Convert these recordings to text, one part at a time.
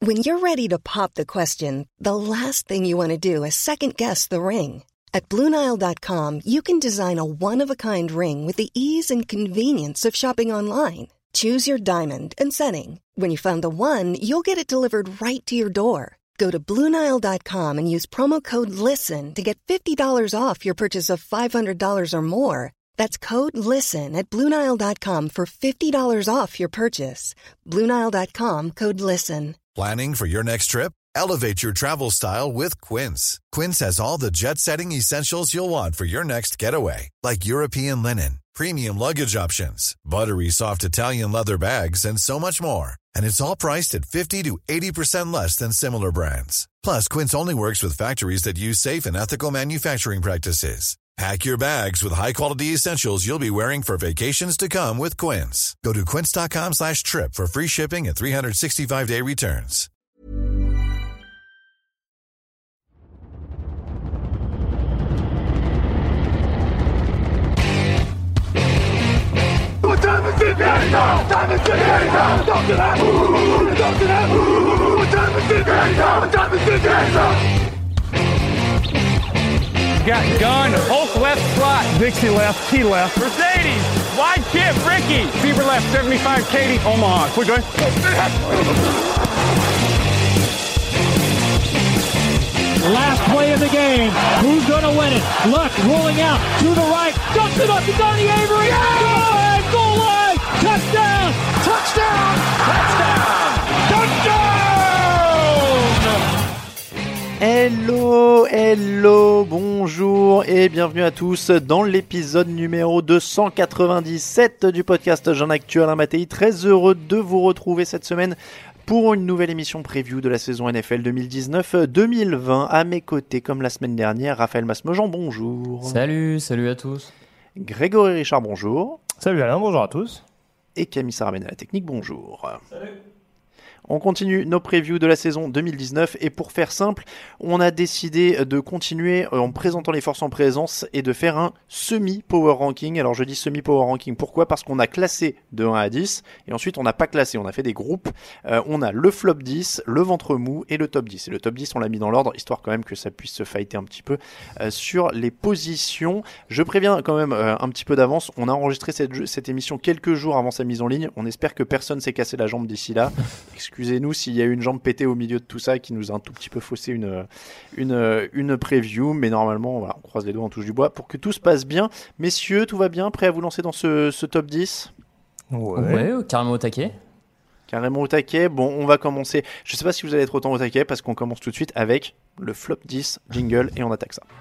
When you're ready to pop the question, the last thing you want to do is second-guess the ring. At BlueNile.com, you can design a one-of-a-kind ring with the ease and convenience of shopping online. Choose your diamond and setting. When you find the one, you'll get it delivered right to your door. Go to BlueNile.com and use promo code LISTEN to get $50 off your purchase of $500 or more. That's code LISTEN at BlueNile.com for $50 off your purchase. BlueNile.com, code LISTEN. Planning for your next trip? Elevate your travel style with Quince. Quince has all the jet-setting essentials you'll want for your next getaway, like European linen, premium luggage options, buttery soft Italian leather bags, and so much more. And it's all priced at 50 to 80% less than similar brands. Plus, Quince only works with factories that use safe and ethical manufacturing practices. Pack your bags with high-quality essentials you'll be wearing for vacations to come with Quince. Go to quince.com/trip for free shipping and 365-day returns. What time is it now? Time is it now? Talk to that. Talk to that. What time is it now? What time is it now? Got gun, Hulk left slot, Dixie left, T left, Mercedes, wide chip, Ricky, Bieber left, 75, Katie, Omaha. We're good. Last play of the game. Who's going to win it? Luck rolling out to the right. Dumps it up to Donnie Avery. Yeah! Goal line. Touchdown. Touchdown. Touchdown. Touchdown. Hello, bonjour et bienvenue à tous dans l'épisode numéro 297 du podcast Jean Actu. Alain Mattei, très heureux de vous retrouver cette semaine pour une nouvelle émission preview de la saison NFL 2019-2020. À mes côtés, comme la semaine dernière, Raphaël Masmejean, bonjour. Salut à tous. Grégory Richard, bonjour. Salut Alain, bonjour à tous. Et Camille Sarabène à la technique, bonjour. Salut. On continue nos previews de la saison 2019 et pour faire simple, on a décidé de continuer en présentant les forces en présence et de faire un semi-power ranking. Alors je dis semi-power ranking, pourquoi ? Parce qu'on a classé de 1 à 10 et ensuite on n'a pas classé, on a fait des groupes. On a le flop 10, le ventre mou et le top 10. Et le top 10 on l'a mis dans l'ordre, histoire quand même que ça puisse se fighter un petit peu sur les positions. Je préviens quand même un petit peu d'avance, on a enregistré cette émission quelques jours avant sa mise en ligne. On espère que personne s'est cassé la jambe d'ici là. Excusez-nous s'il y a eu une jambe pétée au milieu de tout ça qui nous a un tout petit peu faussé une preview, mais normalement voilà, on croise les doigts, on touche du bois pour que tout se passe bien. Messieurs, tout va bien? Prêt à vous lancer dans ce top 10? Ouais, carrément au taquet. Carrément au taquet. Bon, on va commencer. Je sais pas si vous allez être autant au taquet parce qu'on commence tout de suite avec le flop 10 jingle et on attaque ça.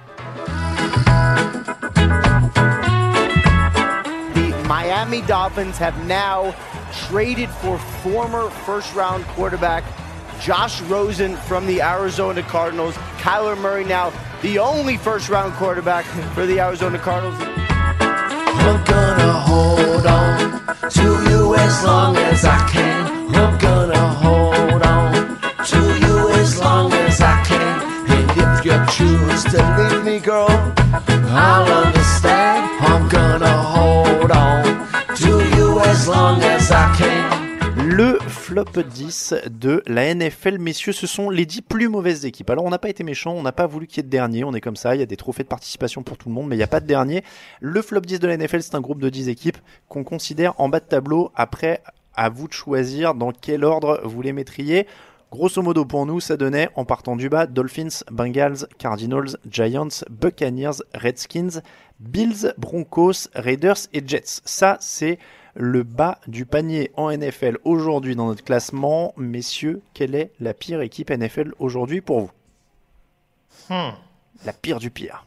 Miami Dolphins have now traded for former first-round quarterback Josh Rosen from the Arizona Cardinals. Kyler Murray now the only first-round quarterback for the Arizona Cardinals. I'm gonna hold on to you as long as I can. I'm gonna hold on to you as long as I can. And if you choose to leave me, girl, I'll understand. I'm gonna hold on to you as long as I can. Le flop 10 de la NFL, messieurs, ce sont les 10 plus mauvaises équipes. Alors on n'a pas été méchants, on n'a pas voulu qu'il y ait de dernier, on est comme ça, il y a des trophées de participation pour tout le monde, mais il n'y a pas de dernier. Le flop 10 de la NFL, c'est un groupe de 10 équipes qu'on considère en bas de tableau. Après, à vous de choisir dans quel ordre vous les mettriez. Grosso modo pour nous, ça donnait, en partant du bas, Dolphins, Bengals, Cardinals, Giants, Buccaneers, Redskins, Bills, Broncos, Raiders et Jets. Ça, c'est le bas du panier en NFL aujourd'hui dans notre classement. Messieurs, quelle est la pire équipe NFL aujourd'hui pour vous ? La pire du pire.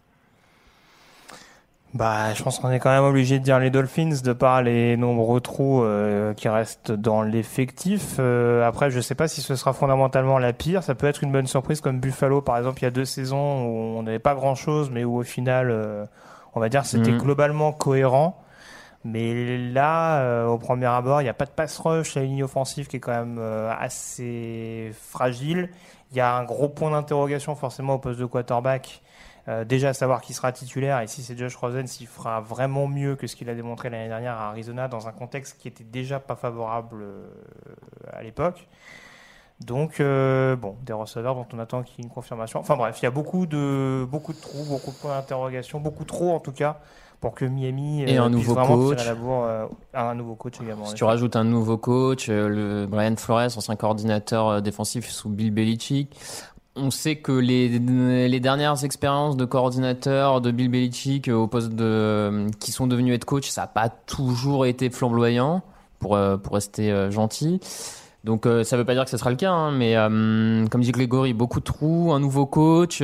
Je pense qu'on est quand même obligé de dire les Dolphins de par les nombreux trous qui restent dans l'effectif. Après, je sais pas si ce sera fondamentalement la pire. Ça peut être une bonne surprise comme Buffalo, par exemple, il y a 2 saisons où on n'avait pas grand-chose, mais où au final, on va dire c'était globalement cohérent. Mais là, au premier abord, il n'y a pas de pass rush, la ligne offensive qui est quand même assez fragile. Il y a un gros point d'interrogation forcément au poste de quarterback. Déjà à savoir qui sera titulaire et si c'est Josh Rosen, s'il fera vraiment mieux que ce qu'il a démontré l'année dernière à Arizona dans un contexte qui était déjà pas favorable à l'époque. Donc, des receveurs dont on attend qu'il y ait une confirmation. Enfin bref, il y a beaucoup de trous, beaucoup de points d'interrogation, beaucoup trop en tout cas, pour que Miami et un puisse nouveau vraiment coach. tirer la bourre, un nouveau coach également. Si tu rajoutes un nouveau coach, le Brian Flores, ancien coordinateur défensif sous Bill Belichick. On sait que les dernières expériences de coordinateur de Bill Belichick au poste qui sont devenus head coach, ça n'a pas toujours été flamboyant, pour rester gentil. Donc ça veut pas dire que ce sera le cas, hein, mais comme dit Grégory, beaucoup de trous, un nouveau coach,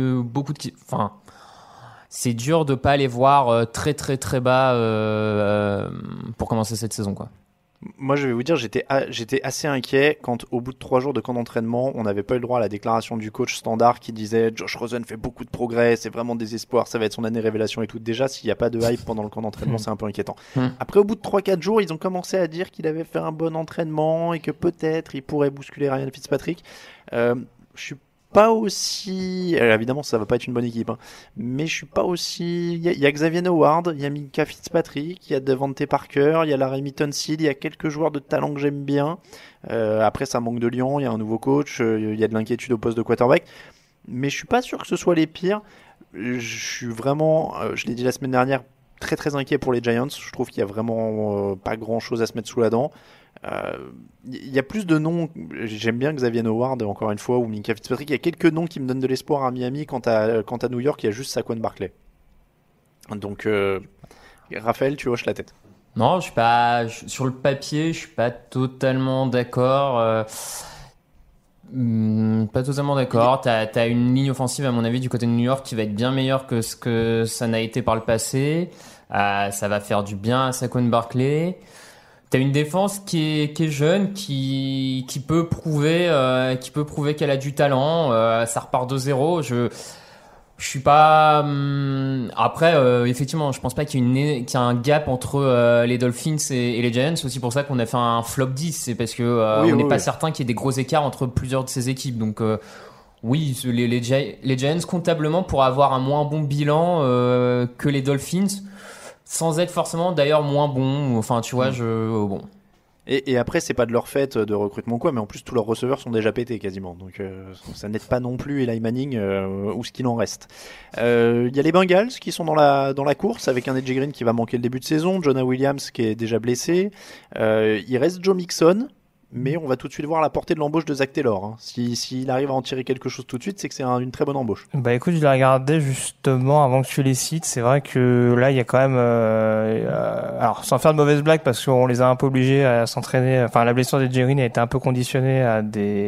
c'est dur de pas aller voir très très très bas pour commencer cette saison, quoi. Moi, je vais vous dire, j'étais assez inquiet quand, au bout de 3 jours de camp d'entraînement, on n'avait pas eu le droit à la déclaration du coach standard qui disait Josh Rosen fait beaucoup de progrès, c'est vraiment des espoirs, ça va être son année révélation et tout. Déjà, s'il n'y a pas de hype pendant le camp d'entraînement, c'est un peu inquiétant. Après, au bout de 3-4 jours, ils ont commencé à dire qu'il avait fait un bon entraînement et que peut-être il pourrait bousculer Ryan Fitzpatrick. Je suis pas aussi... évidemment, ça va pas être une bonne équipe, hein. Mais je suis pas aussi... Il y a Xavier Howard, il y a Minka Fitzpatrick, il y a Devante Parker, il y a Laramie Tunsil, il y a quelques joueurs de talent que j'aime bien. Après, ça manque de lion, il y a un nouveau coach, il y a de l'inquiétude au poste de quarterback. Mais je suis pas sûr que ce soit les pires. Je suis vraiment, je l'ai dit la semaine dernière, très très inquiet pour les Giants. Je trouve qu'il y a vraiment pas grand chose à se mettre sous la dent. Il y a plus de noms. J'aime bien Xavier Howard encore une fois ou Minka Fitzpatrick. Il y a quelques noms qui me donnent de l'espoir à Miami. Quant à New York, il y a juste Saquon Barkley. Donc Raphaël, tu hoches la tête. Non, je suis pas sur le papier, je suis pas totalement d'accord. Pas totalement d'accord. T'as une ligne offensive à mon avis du côté de New York qui va être bien meilleure que ce que ça n'a été par le passé. Ça va faire du bien à Saquon Barkley. T'as une défense qui est jeune, qui peut prouver qu'elle a du talent. Ça repart de zéro. Je suis pas. Après, effectivement, je pense pas qu'il y ait un gap entre les Dolphins et les Giants. C'est aussi pour ça qu'on a fait un flop 10. C'est parce que on n'est pas certain qu'il y ait des gros écarts entre plusieurs de ces équipes. Donc oui, les Giants comptablement pourraient avoir un moins bon bilan que les Dolphins. Sans être forcément d'ailleurs moins bon. Enfin, tu vois, bon. Et après, c'est pas de leur fait de recrutement quoi, mais en plus tous leurs receveurs sont déjà pétés quasiment. Donc ça n'aide pas non plus Eli Manning ou ce qu'il en reste. Il y a les Bengals qui sont dans la course avec un AJ Green qui va manquer le début de saison, Jonah Williams qui est déjà blessé. Il reste Joe Mixon. Mais on va tout de suite voir la portée de l'embauche de Zach Taylor. Hein. S'il arrive à en tirer quelque chose tout de suite, c'est que c'est une très bonne embauche. Bah écoute, je l'ai regardé justement avant que tu les cites. C'est vrai que là, il y a quand même... alors, sans faire de mauvaises blagues, parce qu'on les a un peu obligés à s'entraîner... Enfin, la blessure de Jerry a été un peu conditionnée à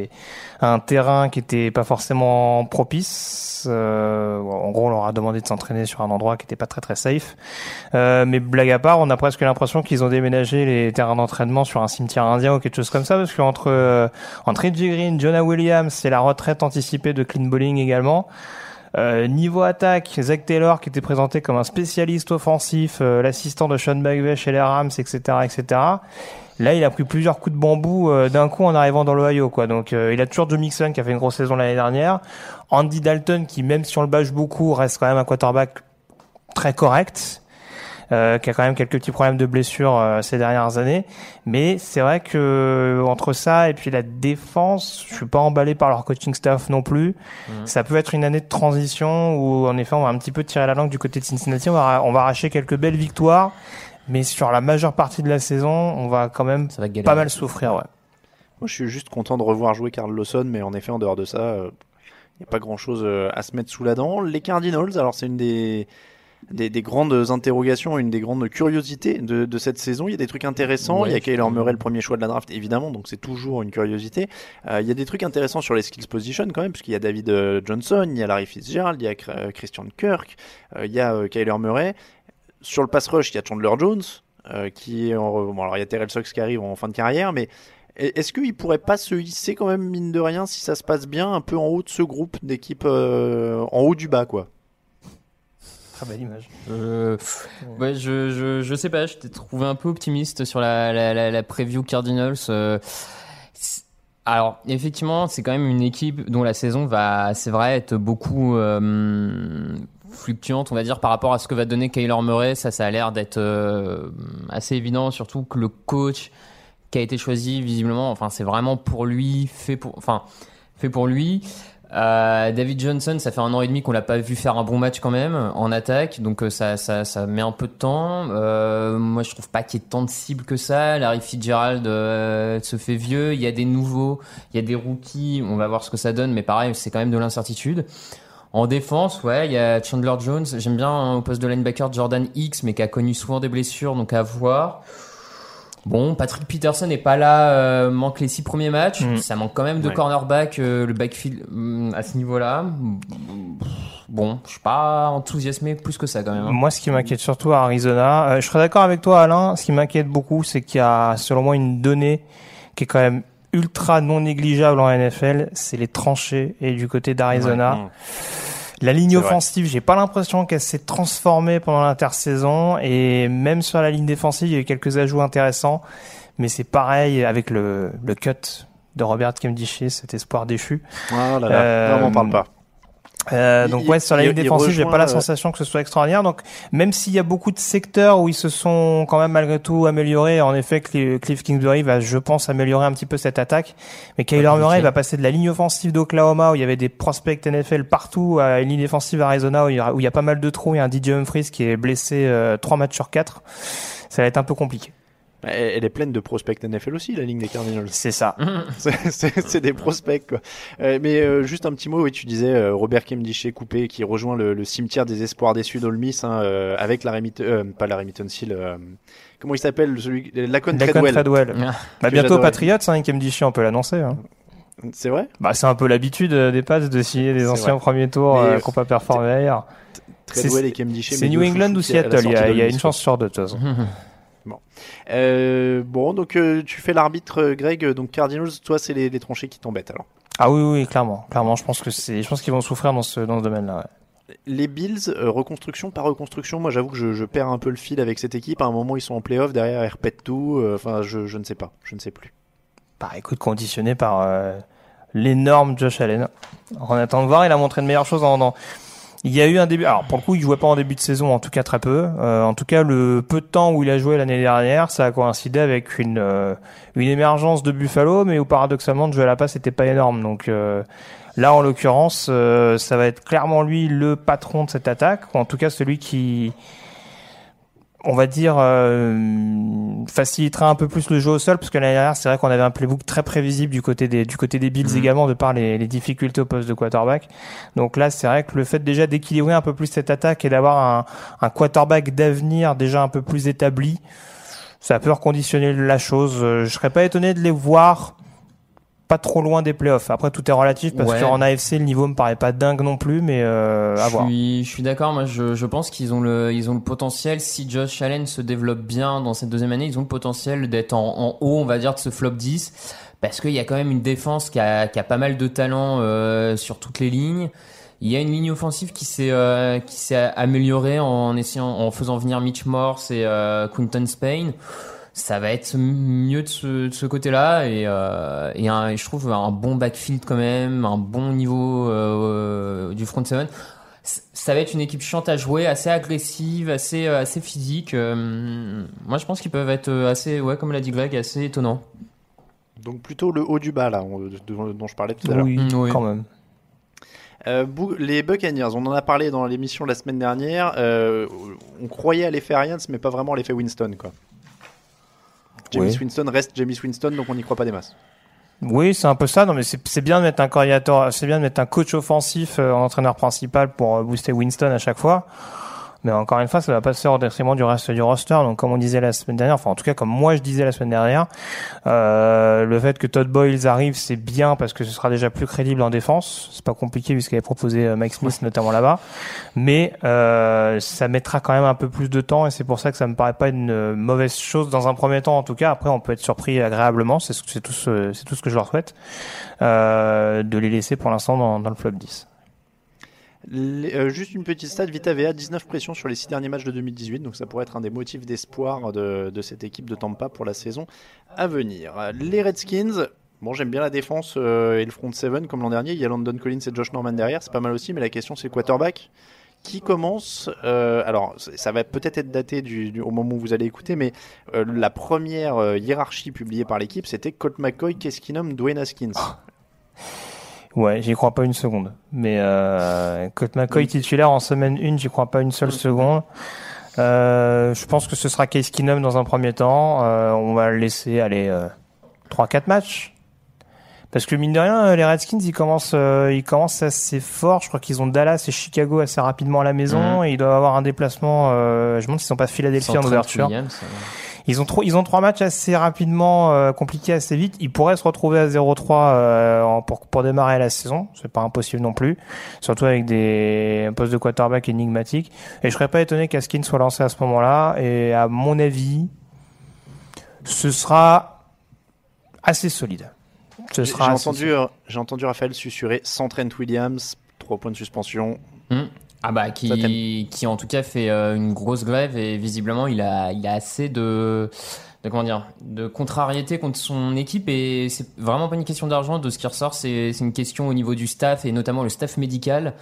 un terrain qui était pas forcément propice. En gros, on leur a demandé de s'entraîner sur un endroit qui était pas très très safe. Mais blague à part, on a presque l'impression qu'ils ont déménagé les terrains d'entraînement sur un cimetière indien ou quelque chose comme ça, parce qu'entre AJ Green, Jonah Williams et la retraite anticipée de Clint Bowling également, niveau attaque, Zach Taylor qui était présenté comme un spécialiste offensif, l'assistant de Sean McVay chez les Rams, etc., etc. Là, il a pris plusieurs coups de bambou d'un coup en arrivant dans l'Ohio, quoi. Donc, il a toujours Joe Mixon qui a fait une grosse saison l'année dernière. Andy Dalton qui, même si on le bâche beaucoup, reste quand même un quarterback très correct. Qui a quand même quelques petits problèmes de blessure ces dernières années. Mais c'est vrai que entre ça et puis la défense, je suis pas emballé par leur coaching staff non plus. Ça peut être une année de transition où, en effet, on va un petit peu tirer la langue du côté de Cincinnati. On va arracher quelques belles victoires. Mais sur la majeure partie de la saison, on va quand même pas mal souffrir, ouais. Moi, je suis juste content de revoir jouer Carl Lawson, mais en effet, en dehors de ça, il n'y a pas grand-chose à se mettre sous la dent. Les Cardinals, alors c'est une des grandes interrogations, une des grandes curiosités de cette saison. Il y a des trucs intéressants. Ouais, il y a Kyler Murray, le premier choix de la draft, évidemment, donc c'est toujours une curiosité. Il y a des trucs intéressants sur les skills position quand même, puisqu'il y a David Johnson, il y a Larry Fitzgerald, il y a Christian Kirk, il y a Kyler Murray. Sur le pass rush, il y a Chandler Jones, qui est bon, alors il y a Terrell Sox qui arrive en fin de carrière, mais est-ce qu'il pourrait pas se hisser quand même, mine de rien, si ça se passe bien, un peu en haut de ce groupe d'équipes, en haut du bas, quoi? Très belle image. Ouais, je sais pas, je t'ai trouvé un peu optimiste sur la preview Cardinals. Alors, effectivement, c'est quand même une équipe dont la saison va, c'est vrai, être beaucoup fluctuante, on va dire, par rapport à ce que va donner Kyler Murray. Ça a l'air d'être assez évident, surtout que le coach qui a été choisi visiblement. Enfin, c'est vraiment pour lui, fait pour lui. David Johnson, ça fait 1 an et demi qu'on l'a pas vu faire un bon match quand même en attaque, donc ça met un peu de temps. Moi, je trouve pas qu'il y ait tant de cibles que ça. Larry Fitzgerald se fait vieux. Il y a des nouveaux, il y a des rookies. On va voir ce que ça donne, mais pareil, c'est quand même de l'incertitude. En défense, ouais, il y a Chandler Jones. J'aime bien au poste de linebacker Jordan Hicks, mais qui a connu souvent des blessures, donc à voir. Bon, Patrick Peterson n'est pas là, manque les 6 premiers matchs. Ça manque quand même de cornerback, le backfield à ce niveau-là. Bon, je suis pas enthousiasmé plus que ça quand même. Moi, ce qui m'inquiète surtout à Arizona, je serais d'accord avec toi, Alain. Ce qui m'inquiète beaucoup, c'est qu'il y a, selon moi, une donnée qui est quand même ultra non négligeable en NFL, c'est les tranchées. Et du côté d'Arizona, la ligne offensive, j'ai pas l'impression qu'elle s'est transformée pendant l'intersaison, et même sur la ligne défensive, il y a eu quelques ajouts intéressants, mais c'est pareil avec le cut de Robert Nkemdiche, cet espoir déchu. Oh là là, non, on parle pas. Donc sur la ligne défensive, j'ai pas la sensation que ce soit extraordinaire. Donc même s'il y a beaucoup de secteurs où ils se sont quand même malgré tout améliorés, en effet, Cliff Kingsbury va, je pense, améliorer un petit peu cette attaque. Mais Kyler Murray va passer de la ligne offensive d'Oklahoma où il y avait des prospects NFL partout à une ligne défensive Arizona où il y a pas mal de trous. Il y a un DJ Humphries qui est blessé 3 matchs sur 4. Ça va être un peu compliqué. Elle est pleine de prospects NFL aussi, la ligne des Cardinals. C'est ça. c'est des prospects, quoi. Mais juste un petit mot, oui, tu disais Robert Nkemdiche coupé qui rejoint le cimetière des espoirs déçus d'Ole Miss, avec pas Larry Tunsil, comment il s'appelle, Laquan Treadwell. Bientôt Patriots, Nkemdiche, on peut l'annoncer. C'est vrai? C'est un peu l'habitude des Pats de signer des anciens premiers tours qui n'ont pas performé ailleurs. Treadwell et Nkemdiche. C'est New England ou Seattle, il y a une chance sur deux, de toute façon. Bon, donc tu fais l'arbitre, Greg. Donc Cardinals, toi, c'est les tranchées qui t'embêtent alors. Ah oui, clairement. Je pense qu'ils vont souffrir dans ce domaine-là. Ouais. Les Bills, reconstruction par reconstruction. Moi, j'avoue que je perds un peu le fil avec cette équipe. À un moment, ils sont en playoff, derrière, ils répètent tout. Enfin, je ne sais pas, je ne sais plus. Écoute, conditionné par l'énorme Josh Allen. On attend de voir. Il a montré de meilleures choses Il y a eu un début. Alors pour le coup, il jouait pas en début de saison, en tout cas très peu. En tout cas, le peu de temps où il a joué l'année dernière, ça a coïncidé avec une émergence de Buffalo, mais où paradoxalement, de jouer à la passe, c'était pas énorme. Donc là, en l'occurrence, ça va être clairement lui le patron de cette attaque, ou en tout cas celui qui, on va dire, facilitera un peu plus le jeu au sol, parce que l'année dernière, c'est vrai qu'on avait un playbook très prévisible du côté des Bills également, de par les difficultés au poste de quarterback. Donc là, c'est vrai que le fait déjà d'équilibrer un peu plus cette attaque et d'avoir un quarterback d'avenir déjà un peu plus établi, ça peut reconditionner la chose. Je serais pas étonné de les voir pas trop loin des playoffs. Après, tout est relatif parce qu'en AFC, le niveau me paraît pas dingue non plus, mais à voir. Je suis d'accord. Moi, je pense qu'ils ont le potentiel. Si Josh Allen se développe bien dans cette deuxième année, ils ont le potentiel d'être en haut, on va dire, de ce flop 10, parce qu'il y a quand même une défense qui a pas mal de talent sur toutes les lignes. Il y a une ligne offensive qui s'est améliorée en faisant venir Mitch Morse et Quinton Spain. Ça va être mieux de ce côté-là, et je trouve un bon backfield quand même, un bon niveau du front seven. Ça va être une équipe chiante à jouer, assez agressive, assez physique. Moi, je pense qu'ils peuvent être assez, comme l'a dit Greg, assez étonnants. Donc plutôt le haut du bas là, dont je parlais tout à l'heure. Oui, quand même. Les Buccaneers, on en a parlé dans l'émission la semaine dernière. On croyait à l'effet Arians, mais pas vraiment à l'effet Winston, quoi. Jameis Winston reste Jameis Winston, donc on n'y croit pas des masses. Oui, c'est un peu ça. Non, mais c'est bien de mettre un coordinateur, c'est bien de mettre un coach offensif en entraîneur principal pour booster Winston à chaque fois. Mais encore une fois, ça va pas se faire au détriment du reste du roster. Donc, comme on disait la semaine dernière, enfin, en tout cas, comme moi je disais la semaine dernière, le fait que Todd Bowles arrive, c'est bien parce que ce sera déjà plus crédible en défense. C'est pas compliqué vu ce qu'avait proposé Mike Smith, notamment là-bas. Mais, ça mettra quand même un peu plus de temps, et c'est pour ça que ça me paraît pas une mauvaise chose dans un premier temps, en tout cas. Après, on peut être surpris agréablement. C'est tout ce que je leur souhaite, de les laisser pour l'instant dans le flop 10. Juste une petite stat, Vita VA, 19 pressions sur les 6 derniers matchs de 2018, donc ça pourrait être un des motifs d'espoir de cette équipe de Tampa pour la saison à venir. Les Redskins, bon, j'aime bien la défense et le front seven comme l'an dernier. Il y a London Collins et Josh Norman derrière, c'est pas mal aussi, mais la question c'est le quarterback qui commence. Alors, ça va peut-être être daté au moment où vous allez écouter, mais la première hiérarchie publiée par l'équipe, c'était Colt McCoy, Case Keenum, Dwayne Haskins. Ouais, j'y crois pas une seconde. Mais Colt McCoy titulaire en semaine 1, j'y crois pas une seule seconde. Je pense que ce sera Case Keenum dans un premier temps. On va le laisser aller 3-4 matchs. Parce que mine de rien, les Redskins, ils commencent assez fort. Je crois qu'ils ont Dallas et Chicago assez rapidement à la maison. Et ils doivent avoir un déplacement. Je me demande s'ils sont pas Philadelphie en ouverture. Ils ont 3 matchs assez rapidement, compliqués assez vite. Ils pourraient se retrouver à 0-3 pour démarrer la saison. C'est pas impossible non plus. Surtout avec un poste de quarterback énigmatique. Et je serais pas étonné qu'Haskins soit lancé à ce moment-là. Et à mon avis, ce sera assez solide. J'ai entendu Raphaël susurrer sans Trent Williams, 3 points de suspension. Ah bah qui en tout cas fait une grosse grève et visiblement il a assez de contrariété contre son équipe et c'est vraiment pas une question d'argent de ce qui ressort, c'est une question au niveau du staff et notamment le staff médical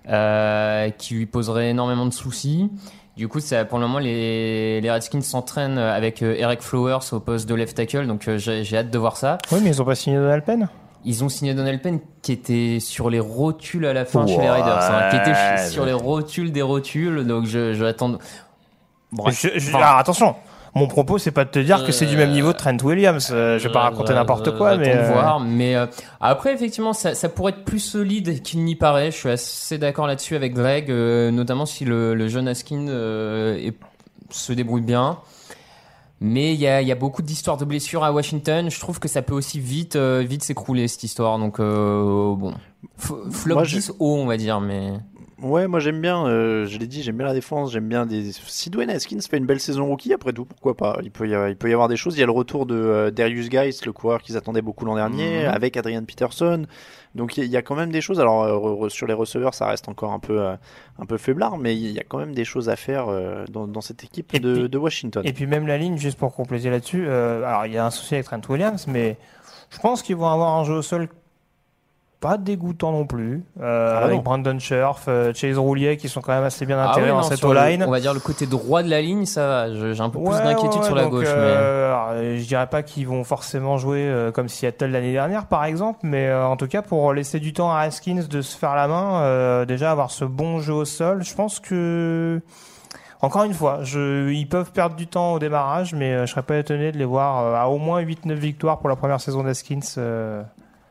qui lui poserait énormément de soucis. Du coup, pour le moment, les Redskins s'entraînent avec Eric Flowers au poste de left tackle, donc j'ai hâte de voir ça. Oui, mais ils ont pas signé Donald Penn. Ils ont signé Donald Penn qui était sur les rotules à la fin chez les Raiders, qui était sur les rotules des rotules, donc je attends. Bref. Alors attention, mon propos c'est pas de te dire que c'est du même niveau de Trent Williams. Je vais pas raconter n'importe quoi, mais voir. Mais après effectivement, ça pourrait être plus solide qu'il n'y paraît. Je suis assez d'accord là-dessus avec Greg, notamment si le jeune Haskins se débrouille bien. Mais il y a beaucoup d'histoires de blessures à Washington. Je trouve que ça peut aussi vite s'écrouler cette histoire. Donc bon, flop 10 haut on va dire, mais. Ouais, moi j'aime bien, je l'ai dit, j'aime bien la défense, j'aime bien si Dwayne Haskins fait une belle saison rookie, après tout, pourquoi pas, il peut y avoir des choses. Il y a le retour de Darius Geis, le coureur qu'ils attendaient beaucoup l'an dernier, avec Adrian Peterson, donc il y a quand même des choses. Alors sur les receveurs ça reste encore un peu faiblard, mais il y a quand même des choses à faire dans cette équipe de Washington. Et puis même la ligne, juste pour compléter là-dessus, alors il y a un souci avec Trent Williams, mais je pense qu'ils vont avoir un jeu au sol pas dégoûtant non plus, avec Brandon Scherf, Chase Roulier qui sont quand même assez bien intégrés dans cette O-line. On va dire le côté droit de la ligne, ça va. J'ai un peu plus d'inquiétude sur la gauche. Mais... je dirais pas qu'ils vont forcément jouer comme Seattle l'année dernière par exemple, mais en tout cas pour laisser du temps à Haskins de se faire la main, déjà avoir ce bon jeu au sol, je pense que... Encore une fois, ils peuvent perdre du temps au démarrage, mais je serais pas étonné de les voir à au moins 8-9 victoires pour la première saison d'Haskins.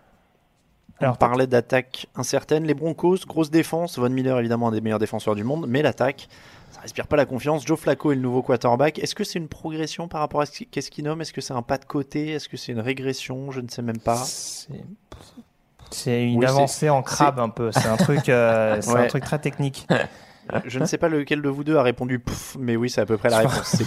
On parlait d'attaque incertaine. Les Broncos, grosse défense. Von Miller, évidemment, un des meilleurs défenseurs du monde. Mais l'attaque, ça respire pas la confiance. Joe Flacco est le nouveau quarterback. Est-ce que c'est une progression par rapport à Case Keenum ? Est-ce que c'est un pas de côté ? Est-ce que c'est une régression ? Je ne sais même pas. C'est une avancée en crabe un peu. C'est un truc, un truc très technique. Je ne sais pas lequel de vous deux a répondu pff, mais oui, c'est à peu près la réponse. C'est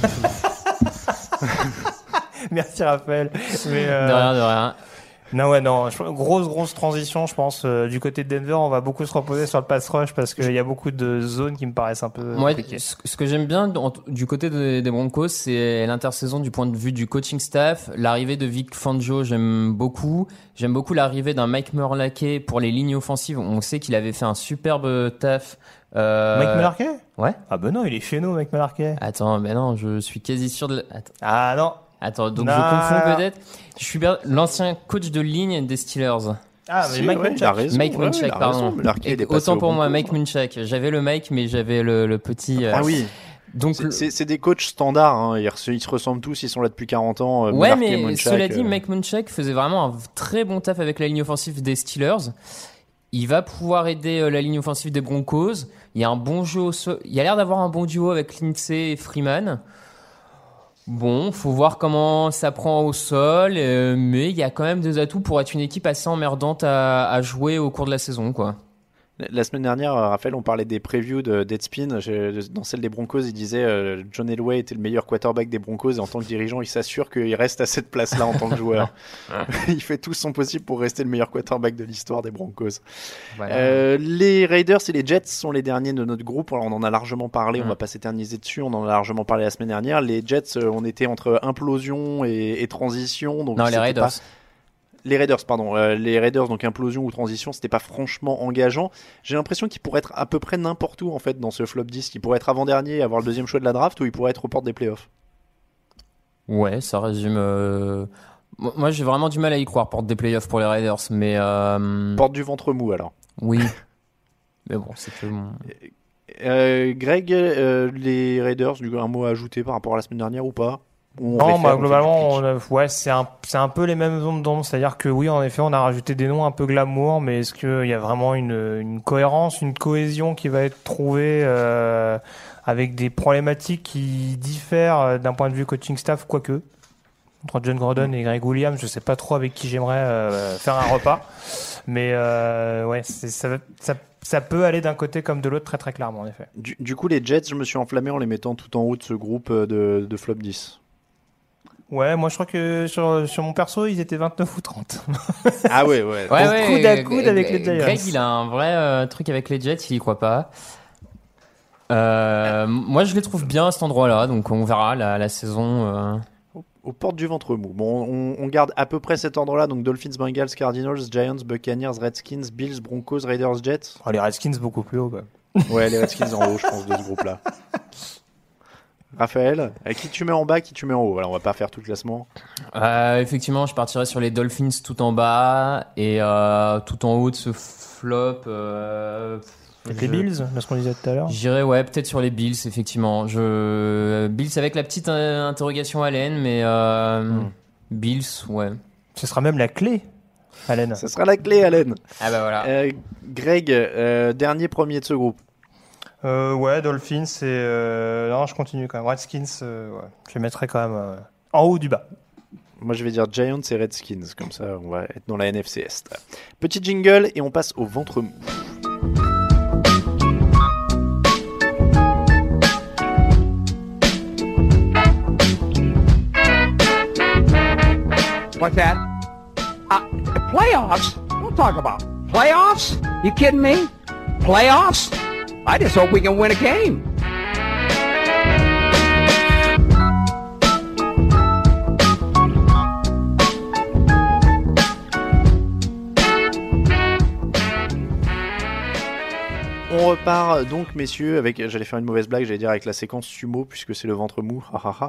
Merci Raphaël. Mais, de rien. Non, grosse transition, je pense. Du côté de Denver, on va beaucoup se reposer sur le pass rush parce qu'il y a beaucoup de zones qui me paraissent un peu compliquées. Ce que j'aime bien du côté des Broncos, c'est l'intersaison du point de vue du coaching staff. L'arrivée de Vic Fangio, j'aime beaucoup. J'aime beaucoup l'arrivée d'un Mike Mularkey pour les lignes offensives. On sait qu'il avait fait un superbe taf. Mike Mularkey ? Ouais. Ah ben non, il est chez nous, Mike Mularkey. Attends, mais non, je suis quasi sûr de... Ah non. Attends, donc je confonds peut-être. Je suis l'ancien coach de ligne des Steelers. Ah, mais Mike Munchak. Mike Munchak, pardon. Autant pour moi, Mike Munchak. J'avais le Mike, mais j'avais le petit... Ah oui. Donc c'est des coachs standards, hein. Ils se ressemblent tous, ils sont là depuis 40 ans. Ouais, mais Munchak, cela dit, Mike Munchak faisait vraiment un très bon taf avec la ligne offensive des Steelers. Il va pouvoir aider la ligne offensive des Broncos. Il y a un bon jeu au sol. Il y a l'air d'avoir un bon duo avec Lindsay et Freeman. Bon, faut voir comment ça prend au sol, mais il y a quand même des atouts pour être une équipe assez emmerdante à jouer au cours de la saison, quoi. La semaine dernière, Raphaël, on parlait des previews de Deadspin. Dans celle des Broncos, il disait John Elway était le meilleur quarterback des Broncos et en tant que dirigeant, il s'assure qu'il reste à cette place-là en tant que joueur. Il fait tout son possible pour rester le meilleur quarterback de l'histoire des Broncos. Voilà. Les Raiders et les Jets sont les derniers de notre groupe. Alors, on en a largement parlé, on va pas s'éterniser dessus. On en a largement parlé la semaine dernière. Les Jets, on était entre implosion et transition. Donc non, les Raiders. Les Raiders, pardon. Les Raiders, donc implosion ou transition, c'était pas franchement engageant. J'ai l'impression qu'ils pourraient être à peu près n'importe où en fait dans ce flop 10. Ils pourraient être avant-dernier et avoir le deuxième choix de la draft, ou ils pourraient être aux portes des playoffs. Ouais, ça résume. Moi, j'ai vraiment du mal à y croire, porte des playoffs pour les Raiders, mais. Porte du ventre mou alors. Oui. Mais bon, c'est que. Greg, les Raiders, du coup, un mot à ajouter par rapport à la semaine dernière ou pas? Non, globalement, c'est un peu les mêmes ondes d'ombre. C'est-à-dire que oui, en effet, on a rajouté des noms un peu glamour, mais est-ce qu'il y a vraiment une cohérence, une cohésion qui va être trouvée avec des problématiques qui diffèrent d'un point de vue coaching staff, quoique entre John Gruden et Greg Williams, je sais pas trop avec qui j'aimerais faire un repas, mais ouais, ça peut aller d'un côté comme de l'autre très très clairement en effet. Du coup, les Jets, je me suis enflammé en les mettant tout en haut de ce groupe de flop 10. Ouais, moi je crois que sur mon perso, ils étaient 29 ou 30. Ah ouais. Coude à coude avec les Giants. Greg, il a un vrai truc avec les Jets, il y croit pas. Moi, je les trouve bien à cet endroit-là, donc on verra la saison. Aux portes du ventre mou. Bon, on garde à peu près cet ordre-là, donc Dolphins, Bengals, Cardinals, Giants, Buccaneers, Redskins, Bills, Broncos, Raiders, Jets. Oh, les Redskins beaucoup plus haut, quoi. Ouais, les Redskins en haut, je pense, de ce groupe-là. Raphaël, qui tu mets en bas, qui tu mets en haut? Voilà, on va pas faire tout le classement. Effectivement, je partirais sur les Dolphins tout en bas et tout en haut de ce flop. Les Bills, de ce qu'on disait tout à l'heure. J'irais peut-être sur les Bills, effectivement. Bills avec la petite interrogation Allen, mais Bills, ouais. Ce sera même la clé, Allen. Ce sera la clé, Allen. Ah bah voilà. Greg, dernier premier de ce groupe. Ouais, Dolphins et... non, je continue quand même. Redskins, ouais. Je les mettrais quand même en haut du bas. Moi, je vais dire Giants et Redskins. Comme ça, on va être dans la NFC Est. Petit jingle et on passe au ventre mou. What's that? Playoffs? Don't talk about playoffs. You kidding me? Playoffs? I just hope we can win a game. On repart donc, messieurs, avec, j'allais faire une mauvaise blague, j'allais dire avec la séquence sumo, puisque c'est le ventre mou.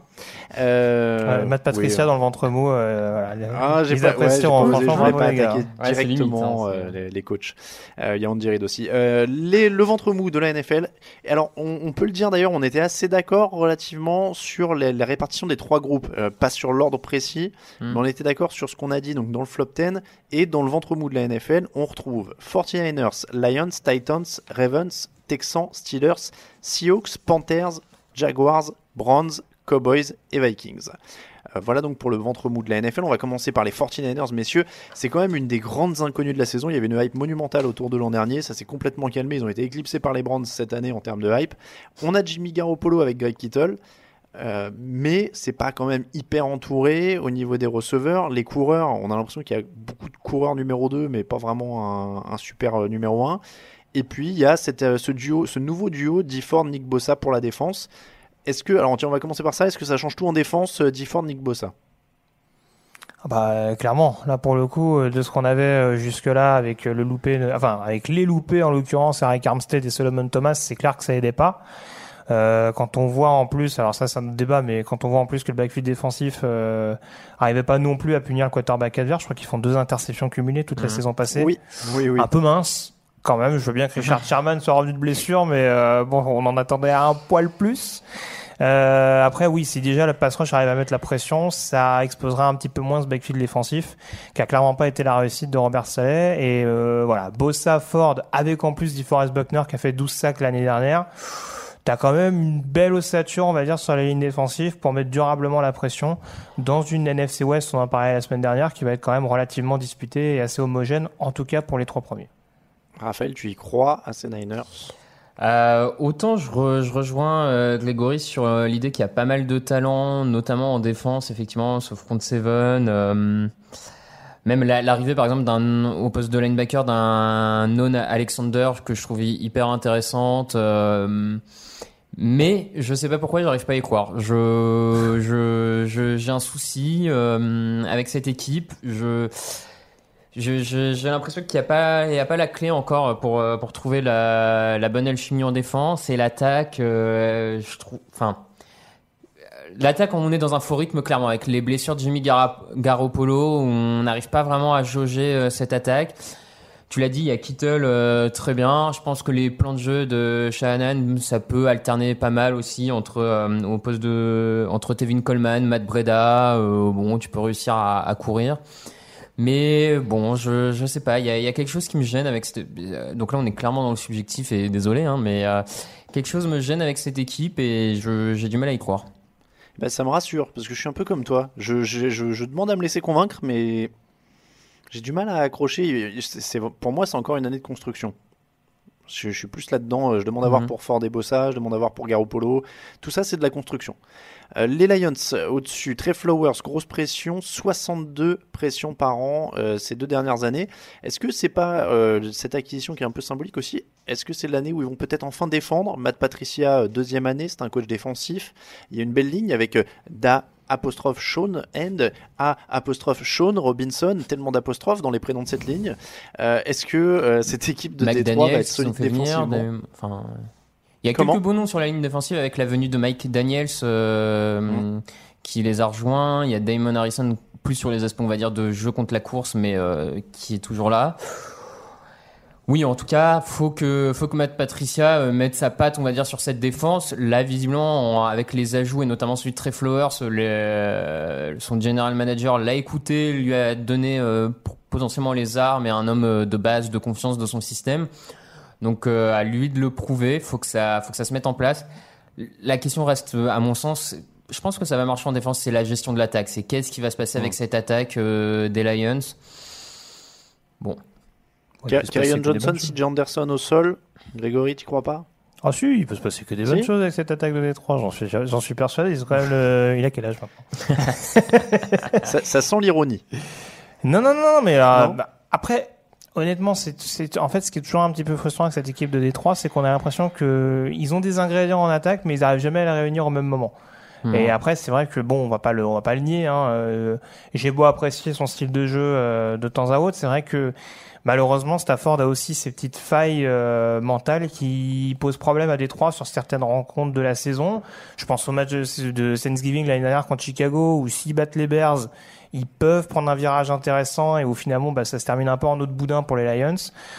Matt Patricia dans le ventre mou. Voilà, j'ai pas osé, je voulais pas attaquer directement les coachs. Il y a Andy Reid aussi. Le ventre mou de la NFL. Alors, on peut le dire d'ailleurs, on était assez d'accord relativement sur la répartition des trois groupes, pas sur l'ordre précis, mais on était d'accord sur ce qu'on a dit donc dans le flop 10 et dans le ventre mou de la NFL. On retrouve 49ers, Lions, Titans, Ravens, Texans, Steelers, Seahawks, Panthers, Jaguars, Browns, Cowboys et Vikings. Voilà donc pour le ventre mou de la NFL. On va commencer par les 49ers, messieurs. C'est quand même une des grandes inconnues de la saison. Il y avait une hype monumentale autour de l'an dernier. Ça s'est complètement calmé. Ils ont été éclipsés par les Browns cette année en termes de hype. On a Jimmy Garoppolo avec Greg Kittle. Mais c'est pas quand même hyper entouré au niveau des receveurs. Les coureurs, on a l'impression qu'il y a beaucoup de coureurs numéro 2, mais pas vraiment un super numéro 1. Et puis il y a ce nouveau duo DeFord-Nick Bosa pour la défense. Alors tiens, on va commencer par ça. Est-ce que ça change tout en défense, DeFord-Nick Bosa? Clairement, là pour le coup, de ce qu'on avait jusque-là avec avec les loupés en l'occurrence, Eric Armstead et Solomon Thomas, c'est clair que ça aidait pas. Quand on voit en plus, alors ça c'est un autre débat, mais quand on voit en plus que le backfield défensif arrivait pas non plus à punir le quarterback adverse, je crois qu'ils font 2 interceptions cumulées toute la saison passée. Oui. Un peu mince. Quand même, je veux bien que Richard Sherman soit revenu de blessure, mais on en attendait un poil plus. Après, oui, si déjà le pass rush arrive à mettre la pression, ça exposera un petit peu moins ce backfield défensif, qui a clairement pas été la réussite de Robert Saleh. Et voilà, Bosa, Ford, avec en plus DeForest Buckner qui a fait 12 sacs l'année dernière. T'as quand même une belle ossature, on va dire, sur la ligne défensive pour mettre durablement la pression dans une NFC West, on en parlait la semaine dernière, qui va être quand même relativement disputée et assez homogène, en tout cas pour les 3 premiers. Raphaël, tu y crois à ces Niners? Autant je rejoins Grégory sur l'idée qu'il y a pas mal de talent, notamment en défense, effectivement, sauf front 7. Même l'arrivée, par exemple, au poste de linebacker d'un Non Alexander que je trouve hyper intéressante. Mais je sais pas pourquoi j'arrive pas à y croire. J'ai un souci avec cette équipe. J'ai l'impression qu'il n'y a pas la clé encore pour trouver la bonne alchimie en défense et l'attaque. Je trouve, enfin, l'attaque, on est dans un faux rythme clairement avec les blessures de Jimmy Garoppolo, où on n'arrive pas vraiment à jauger cette attaque. Tu l'as dit, il y a Kittle très bien. Je pense que les plans de jeu de Shanahan, ça peut alterner pas mal aussi au poste entre Tevin Coleman, Matt Breida. Bon, tu peux réussir à courir. Mais bon, je sais pas, il y a quelque chose qui me gêne avec donc là on est clairement dans le subjectif et désolé, hein, mais quelque chose me gêne avec cette équipe et j'ai du mal à y croire. Bah, ça me rassure parce que je suis un peu comme toi. Je demande à me laisser convaincre, mais j'ai du mal à accrocher. Pour moi, c'est encore une année de construction. Je suis plus là-dedans. Je demande à voir pour Ford et Bossa, je demande à voir pour Garoppolo. Tout ça, c'est de la construction. Les Lions au-dessus, Trey Flowers, grosse pression, 62 pressions par an ces 2 dernières années. Est-ce que c'est pas cette acquisition qui est un peu symbolique aussi? Est-ce que c'est l'année où ils vont peut-être enfin défendre? Matt Patricia, 2e année, c'est un coach défensif. Il y a une belle ligne avec Sean and Sean Robinson, tellement d'apostrophes dans les prénoms de cette ligne. Est-ce que cette équipe de Détroit va être solide défensivement? Il y a quelques beaux noms sur la ligne défensive avec la venue de Mike Daniels qui les a rejoints. Il y a Damon Harrison plus sur les aspects, on va dire, de jeu contre la course, mais qui est toujours là. Oui, en tout cas, faut que Matt Patricia mette sa patte, on va dire, sur cette défense. Là, visiblement, avec les ajouts et notamment celui de Trey Flowers, son general manager l'a écouté, lui a donné potentiellement les armes et un homme de base, de confiance de son système. Donc à lui de le prouver, faut que ça se mette en place. La question reste, à mon sens, je pense que ça va marcher en défense, c'est la gestion de l'attaque. C'est qu'est-ce qui va se passer avec cette attaque des Lions. Bon. Kerryon Johnson, CJ Anderson au sol. Grégory, tu crois pas? Ah si, il peut se passer que des bonnes choses avec cette attaque de Détroit, j'en suis persuadé. Ils ont quand même il a quel âge maintenant? ça sent l'ironie. Non, mais après, honnêtement, c'est en fait ce qui est toujours un petit peu frustrant avec cette équipe de Détroit, c'est qu'on a l'impression que ils ont des ingrédients en attaque, mais ils n'arrivent jamais à les réunir au même moment. Et après, c'est vrai que bon, on va pas le nier. J'ai beau apprécier son style de jeu de temps à autre, c'est vrai que malheureusement, Stafford a aussi ces petites failles mentales qui posent problème à Détroit sur certaines rencontres de la saison. Je pense au match de Thanksgiving l'année dernière contre Chicago, où s'ils battent les Bears, ils peuvent prendre un virage intéressant et où finalement ça se termine un peu en eau de boudin pour les Lions.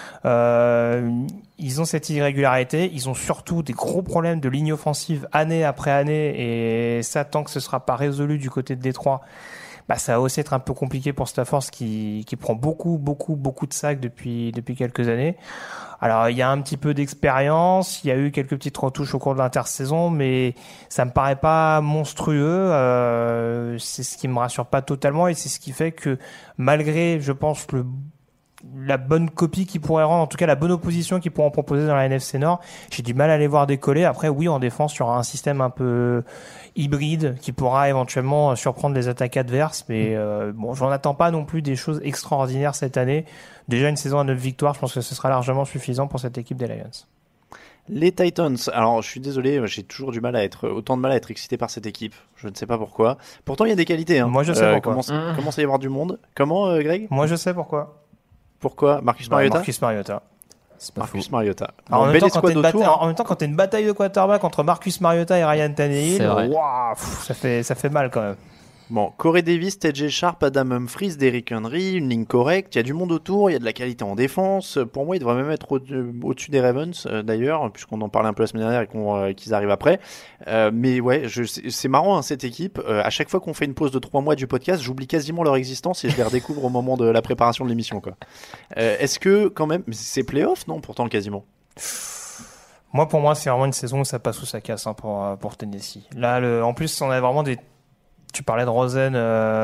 Ils ont cette irrégularité, ils ont surtout des gros problèmes de ligne offensive année après année et ça, tant que ce sera pas résolu du côté de Détroit, ça va aussi être un peu compliqué pour Stafford qui prend beaucoup de sacs depuis quelques années. Alors il y a un petit peu d'expérience, il y a eu quelques petites retouches au cours de l'intersaison, mais ça me paraît pas monstrueux. C'est ce qui me rassure pas totalement et c'est ce qui fait que malgré, je pense, la bonne copie qu'ils pourraient rendre, en tout cas la bonne opposition qu'ils pourront proposer dans la NFC Nord, j'ai du mal à les voir décoller. Après, oui, en défense, il y aura un système un peu hybride qui pourra éventuellement surprendre les attaques adverses, mais j'en attends pas non plus des choses extraordinaires cette année. Déjà une saison à 9 victoires, je pense que ce sera largement suffisant pour cette équipe des Lions. Les Titans, alors je suis désolé, j'ai toujours autant de mal à être excité par cette équipe. Je ne sais pas pourquoi. Pourtant, il y a des qualités. Moi, je sais pourquoi. Commence à y avoir du monde. Comment, Greg? Moi, je sais pourquoi. Pourquoi? Marcus Mariota. Marcus Mariota. En même temps, quand t'as une bataille de quarterback entre Marcus Mariota et Ryan Tannehill, ça fait mal quand même. Bon, Corey Davis, TJ Sharp, Adam Humphries, Derrick Henry, une ligne correcte, il y a du monde autour, il y a de la qualité en défense. Pour moi, il devrait même être au-dessus des Ravens, d'ailleurs, puisqu'on en parlait un peu la semaine dernière et qu'ils arrivent après. Mais ouais, c'est marrant, cette équipe. À chaque fois qu'on fait une pause de 3 mois du podcast, j'oublie quasiment leur existence et je les redécouvre au moment de la préparation de l'émission, quoi. Est-ce que, quand même, c'est playoff, non, pourtant, quasiment? Pour moi, c'est vraiment une saison où ça passe ou ça casse, pour Tennessee. Là, en plus, on a vraiment tu parlais de Rosen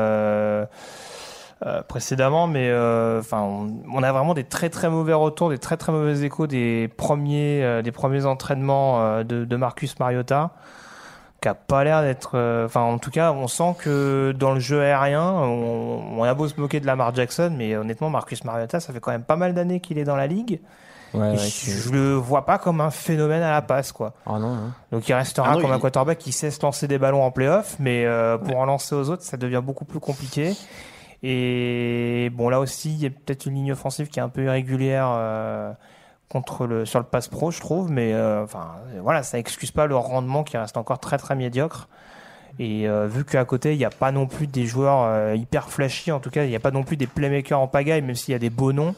précédemment, mais on a vraiment des très très mauvais retours, des très très mauvais échos des premiers entraînements de Marcus Mariota, qui a pas l'air d'être. En tout cas, on sent que dans le jeu aérien, on a beau se moquer de Lamar Jackson, mais honnêtement, Marcus Mariota, ça fait quand même pas mal d'années qu'il est dans la ligue. Je le vois pas comme un phénomène à la passe, quoi. Ah non. Donc il restera comme un quarterback qui sait se lancer des ballons en play-off, mais pour en lancer aux autres, ça devient beaucoup plus compliqué. Et bon, là aussi, il y a peut-être une ligne offensive qui est un peu irrégulière sur le pass pro, je trouve, mais voilà, ça excuse pas le rendement qui reste encore très très médiocre. Et vu qu'à côté, il n'y a pas non plus des joueurs hyper flashy, en tout cas, il n'y a pas non plus des playmakers en pagaille, même s'il y a des beaux noms.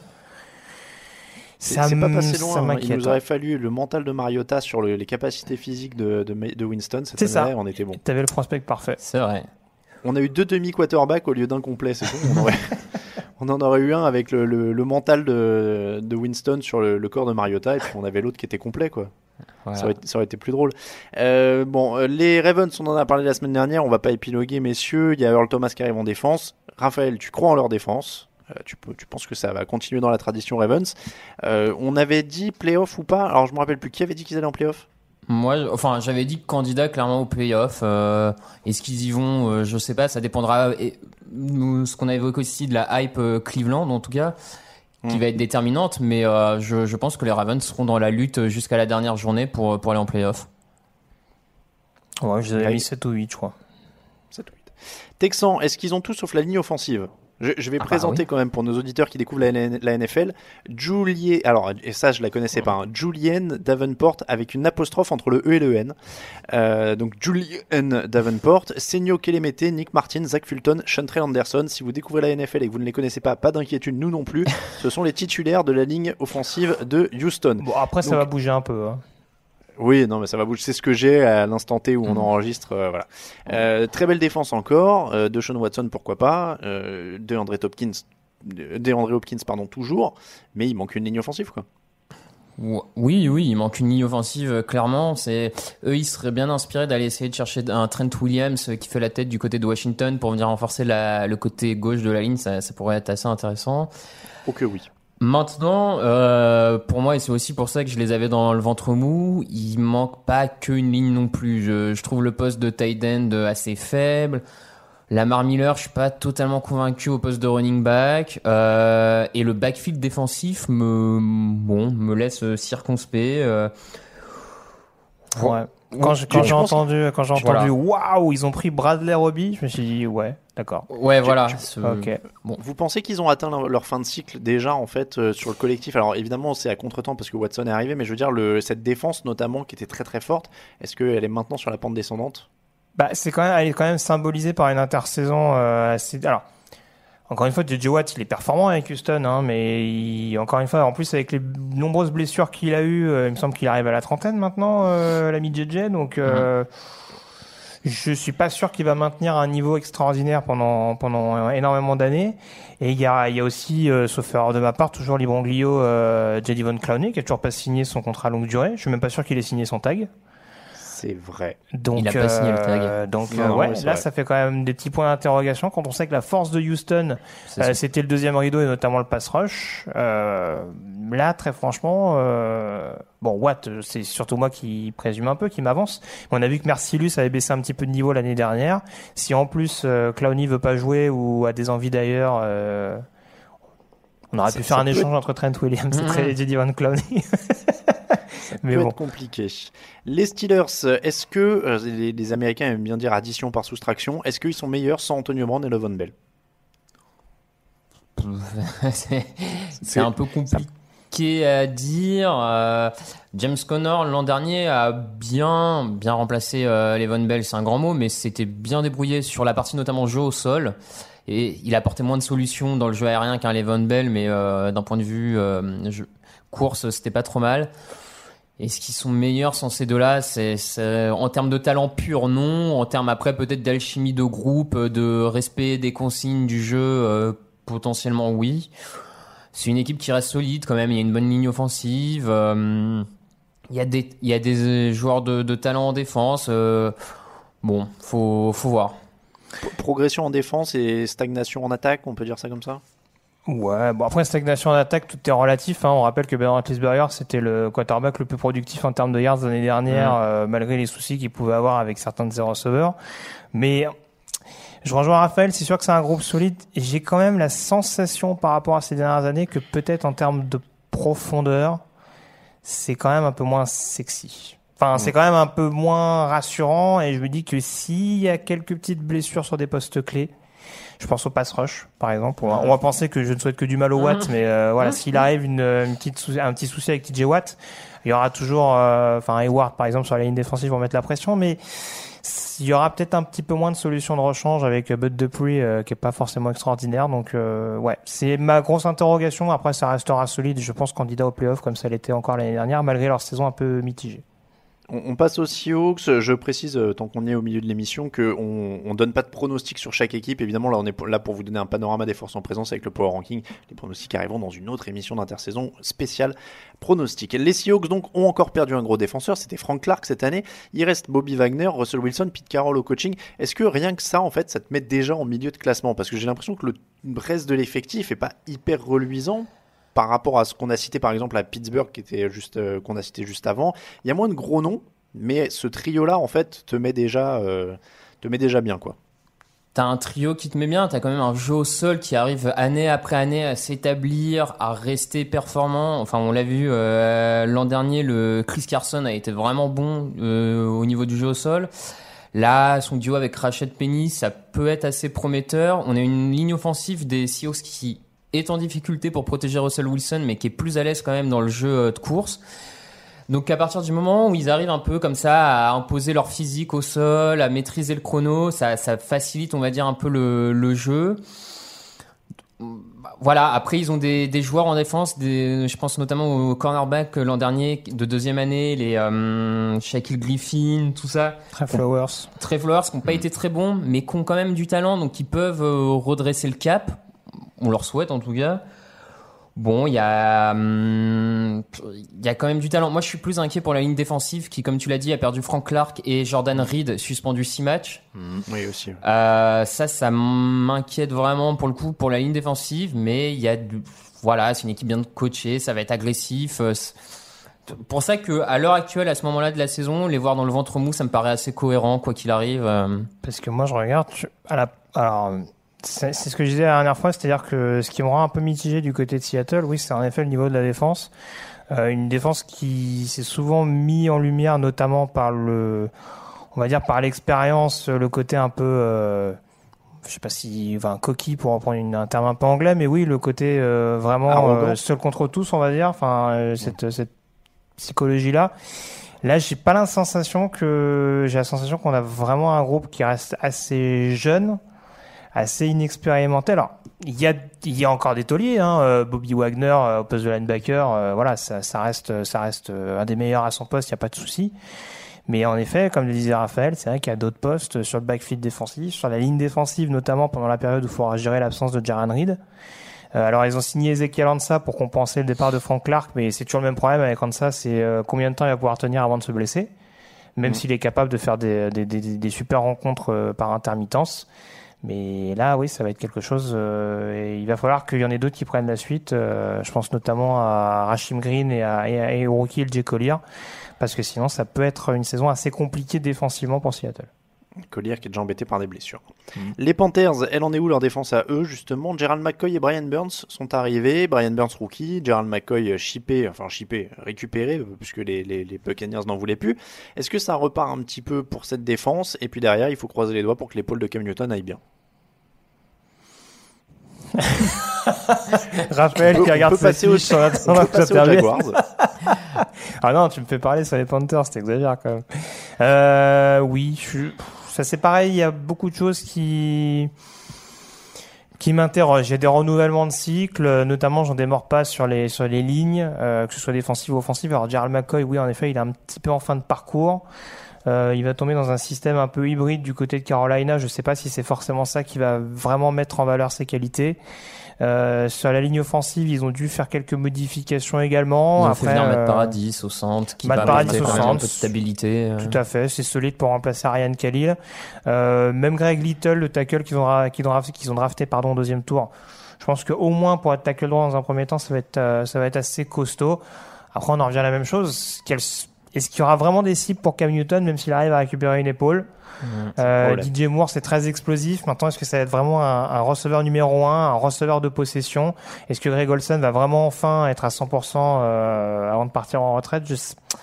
C'est pas passé loin. Il nous aurait fallu le mental de Mariota sur les capacités physiques de Winston. Cette année, on était bon. T'avais le prospect parfait. C'est vrai. On a eu 2 demi-quarterbacks au lieu d'un complet, c'est bon. On en aurait eu un avec le mental de Winston sur le corps de Mariota, et puis on avait l'autre qui était complet, quoi. Voilà. Ça aurait été plus drôle. Les Ravens, on en a parlé la semaine dernière, on va pas épiloguer, messieurs. Il y a Earl Thomas qui arrive en défense. Raphaël, tu crois en leur défense? Tu penses que ça va continuer dans la tradition Ravens? On avait dit playoff ou pas? Alors je me rappelle plus, qui avait dit qu'ils allaient en playoff? Moi, j'avais dit candidat clairement au playoff. Est-ce qu'ils y vont? Je sais pas, ça dépendra. Ce qu'on a évoqué aussi de la hype Cleveland, en tout cas, qui va être déterminante. Mais je pense que les Ravens seront dans la lutte jusqu'à la dernière journée pour aller en playoff. Ouais, je les avais mis 7 ou 8, je crois. 7 ou 8. Texans, est-ce qu'ils ont tout sauf la ligne offensive? Je vais présenter quand même pour nos auditeurs qui découvrent la NFL. Alors, et ça je la connaissais pas, hein. Julian Davenport avec une apostrophe entre le E et le N. Donc Julian Davenport, Senio Kelemete, Nick Martin, Zach Fulton, Chantrell Anderson. Si vous découvrez la NFL et que vous ne les connaissez pas d'inquiétude, nous non plus. Ce sont les titulaires de la ligne offensive de Houston. Bon, après ça va bouger un peu, hein. Oui, non, mais ça va bouger. C'est ce que j'ai à l'instant T où on enregistre. Voilà. Très belle défense encore. Deshaun Watson, pourquoi pas. DeAndre Hopkins, pardon, toujours. Mais il manque une ligne offensive, quoi. Oui, il manque une ligne offensive, clairement. Eux, ils seraient bien inspirés d'aller essayer de chercher un Trent Williams qui fait la tête du côté de Washington pour venir renforcer le côté gauche de la ligne. Ça pourrait être assez intéressant. Ok, oui. Maintenant, pour moi, et c'est aussi pour ça que je les avais dans le ventre mou, il manque pas qu'une ligne non plus. Je trouve le poste de tight end assez faible. Lamar Miller, je suis pas totalement convaincu au poste de running back. Et le backfield défensif me laisse circonspect. Ouais. Quand j'ai entendu waouh, ils ont pris Bradley Roby, je me suis dit ouais, d'accord. Ouais, voilà. Ok. Bon. Vous pensez qu'ils ont atteint leur fin de cycle déjà en fait sur le collectif? Alors évidemment c'est à contre-temps parce que Watson est arrivé, mais je veux dire cette défense notamment qui était très très forte, est-ce qu'elle est maintenant sur la pente descendante? Bah elle est quand même symbolisée par une intersaison assez. Alors encore une fois, J.J. Watt, il est performant avec Houston, hein, mais encore une fois, en plus avec les nombreuses blessures qu'il a eues, il me semble qu'il arrive à la trentaine maintenant, l'ami J.J. Donc, je suis pas sûr qu'il va maintenir un niveau extraordinaire pendant énormément d'années. Et il y a aussi, sauf erreur de ma part, toujours Libronglio, Jadivon Clowney, qui a toujours pas signé son contrat longue durée. Je suis même pas sûr qu'il ait signé son tag. C'est vrai. Donc, il a pas signé le tag. Donc, là, vrai. Ça fait quand même des petits points d'interrogation quand on sait que la force de Houston, c'était le deuxième rideau et notamment le pass rush. Là, très franchement, Watt, c'est surtout moi qui présume un peu, qui m'avance. On a vu que Mercilus avait baissé un petit peu de niveau l'année dernière. Si en plus Clowney veut pas jouer ou a des envies d'ailleurs, on aurait pu faire un échange entre Trent Williams et Jadivon Clowney. Mais peut être compliqué. Les Steelers, est-ce que les Américains aiment bien dire addition par soustraction, est-ce qu'ils sont meilleurs sans Antonio Brown et Le'Veon Bell? c'est un peu compliqué à dire. James Conner l'an dernier a bien remplacé Le'Veon Bell, c'est un grand mot, mais c'était bien débrouillé sur la partie notamment jeu au sol. Et il apportait moins de solutions dans le jeu aérien qu'un Le'Veon Bell, mais d'un point de vue course, c'était pas trop mal. Est-ce qu'ils sont meilleurs sans ces deux-là? C'est en termes de talent pur, non. En termes après peut-être d'alchimie de groupe, de respect des consignes du jeu, potentiellement oui. C'est une équipe qui reste solide quand même. Il y a une bonne ligne offensive. Il y a des joueurs de talent en défense. Bon, faut voir. Progression en défense et stagnation en attaque, on peut dire ça comme ça? Ouais, bon après stagnation en attaque, tout est relatif, hein. On rappelle que Ben Roethlisberger c'était le quarterback le plus productif en termes de yards l'année dernière, malgré les soucis qu'il pouvait avoir avec certains de ses receveurs. Mais je rejoins Raphaël, c'est sûr que c'est un groupe solide. Et j'ai quand même la sensation par rapport à ces dernières années que peut-être en termes de profondeur, c'est quand même un peu moins sexy. Enfin, c'est quand même un peu moins rassurant. Et je me dis que s'il y a quelques petites blessures sur des postes clés, Je pense au pass rush, par exemple. On va penser que je ne souhaite que du mal au Watt, mais voilà, s'il arrive un petit souci avec TJ Watt, il y aura toujours, Hayward, par exemple, sur la ligne défensive, vont mettre la pression, mais il y aura peut-être un petit peu moins de solutions de rechange avec Bud Dupree, qui est pas forcément extraordinaire. Donc, c'est ma grosse interrogation. Après, ça restera solide, je pense, candidat au playoff, comme ça l'était encore l'année dernière, malgré leur saison un peu mitigée. On passe aux Seahawks. Je précise, tant qu'on est au milieu de l'émission, qu'on donne pas de pronostics sur chaque équipe. Évidemment, là, on est là pour vous donner un panorama des forces en présence avec le Power Ranking. Les pronostics arriveront dans une autre émission d'intersaison spéciale pronostics. Les Seahawks, donc, ont encore perdu un gros défenseur. C'était Frank Clark cette année. Il reste Bobby Wagner, Russell Wilson, Pete Carroll au coaching. Est-ce que rien que ça, en fait, ça te met déjà en milieu de classement? Parce que j'ai l'impression que le reste de l'effectif est pas hyper reluisant par rapport à ce qu'on a cité par exemple à Pittsburgh qu'on a cité juste avant. Il y a moins de gros noms, mais ce trio-là en fait te met déjà bien quoi. T'as un trio qui te met bien, t'as quand même un jeu au sol qui arrive année après année à s'établir, à rester performant. Enfin, on l'a vu l'an dernier, le Chris Carson a été vraiment bon au niveau du jeu au sol. Là, son duo avec Rashad Penny, ça peut être assez prometteur. On a une ligne offensive des Seahawks qui est en difficulté pour protéger Russell Wilson, mais qui est plus à l'aise quand même dans le jeu de course. Donc à partir du moment où ils arrivent un peu comme ça à imposer leur physique au sol, à maîtriser le chrono, ça facilite, on va dire, un peu le jeu. Voilà, après ils ont des joueurs en défense, je pense notamment au cornerback l'an dernier de deuxième année, les Shaquille Griffin, tout ça. Trey Flowers qui n'ont pas été très bons, mais qui ont quand même du talent, donc qui peuvent redresser le cap. On leur souhaite en tout cas. Bon, il y a quand même du talent. Moi, je suis plus inquiet pour la ligne défensive qui, comme tu l'as dit, a perdu Frank Clark et Jordan Reed, suspendu 6 matchs. Oui, aussi. Ça m'inquiète vraiment pour le coup pour la ligne défensive, mais c'est une équipe bien coachée, ça va être agressif. Pour ça que à l'heure actuelle, à ce moment-là de la saison, les voir dans le ventre mou, ça me paraît assez cohérent, quoi qu'il arrive. Parce que moi, je regarde c'est ce que je disais la dernière fois, c'est-à-dire que ce qui me rend un peu mitigé du côté de Seattle, oui, c'est en effet le niveau de la défense. Une défense qui s'est souvent mis en lumière, notamment par par l'expérience, le côté un peu, je sais pas si, coquille pour reprendre un terme un peu anglais, mais oui, le côté vraiment seul contre tous, on va dire, cette psychologie-là. Là, j'ai la sensation qu'on a vraiment un groupe qui reste assez jeune, assez inexpérimenté. Alors, il y a encore des tauliers, Bobby Wagner au poste de linebacker, ça reste un des meilleurs à son poste, il n'y a pas de souci. Mais en effet, comme le disait Raphaël, c'est vrai qu'il y a d'autres postes sur le backfield défensif, sur la ligne défensive, notamment pendant la période où il faudra gérer l'absence de Jaron Reed. Alors, ils ont signé Ezekiel Ansah pour compenser le départ de Frank Clark, mais c'est toujours le même problème avec Ansah, c'est combien de temps il va pouvoir tenir avant de se blesser, même s'il est capable de faire des super rencontres par intermittence. Mais là, oui, ça va être quelque chose. Et il va falloir qu'il y en ait d'autres qui prennent la suite. Je pense notamment à Rasheem Green et au rookie LJ Collier, parce que sinon, ça peut être une saison assez compliquée défensivement pour Seattle. Collier qui est déjà embêté par des blessures. Les Panthers, elle en est où leur défense à eux justement? Gerald McCoy et Brian Burns sont arrivés. Brian Burns rookie, Gerald McCoy récupéré puisque les Buccaneers n'en voulaient plus. Est-ce que ça repart un petit peu pour cette défense? Et puis derrière, il faut croiser les doigts pour que l'épaule de Cam Newton aille bien. Raphaël qui regarde sa fiche sur la Jaguars. Ah non, tu me fais parler sur les Panthers, t'exagères quand même. Oui, ça c'est pareil, il y a beaucoup de choses qui m'interrogent. Il y a des renouvellements de cycle, notamment j'en démords pas sur les lignes, que ce soit défensive ou offensive. Alors Gerald McCoy, oui, en effet, il est un petit peu en fin de parcours. Il va tomber dans un système un peu hybride du côté de Carolina. Je sais pas si c'est forcément ça qui va vraiment mettre en valeur ses qualités. Sur la ligne offensive, ils ont dû faire quelques modifications également. Ils ont fait venir Matt Paradis au centre, qui va apporter quand même un peu de stabilité. Tout à fait, c'est solide pour remplacer Ryan Khalil. Même Greg Little, le tackle qu'ils ont drafté au deuxième tour. Je pense qu'au moins pour être tackle droit dans un premier temps, ça va être assez costaud. Après, on en revient à la même chose. Est-ce qu'il y aura vraiment des cibles pour Cam Newton, même s'il arrive à récupérer une épaule? DJ Moore, c'est très explosif. Maintenant, est-ce que ça va être vraiment un receveur numéro 1, un receveur de possession? Est-ce que Greg Olsen va vraiment enfin être à 100% avant de partir en retraite?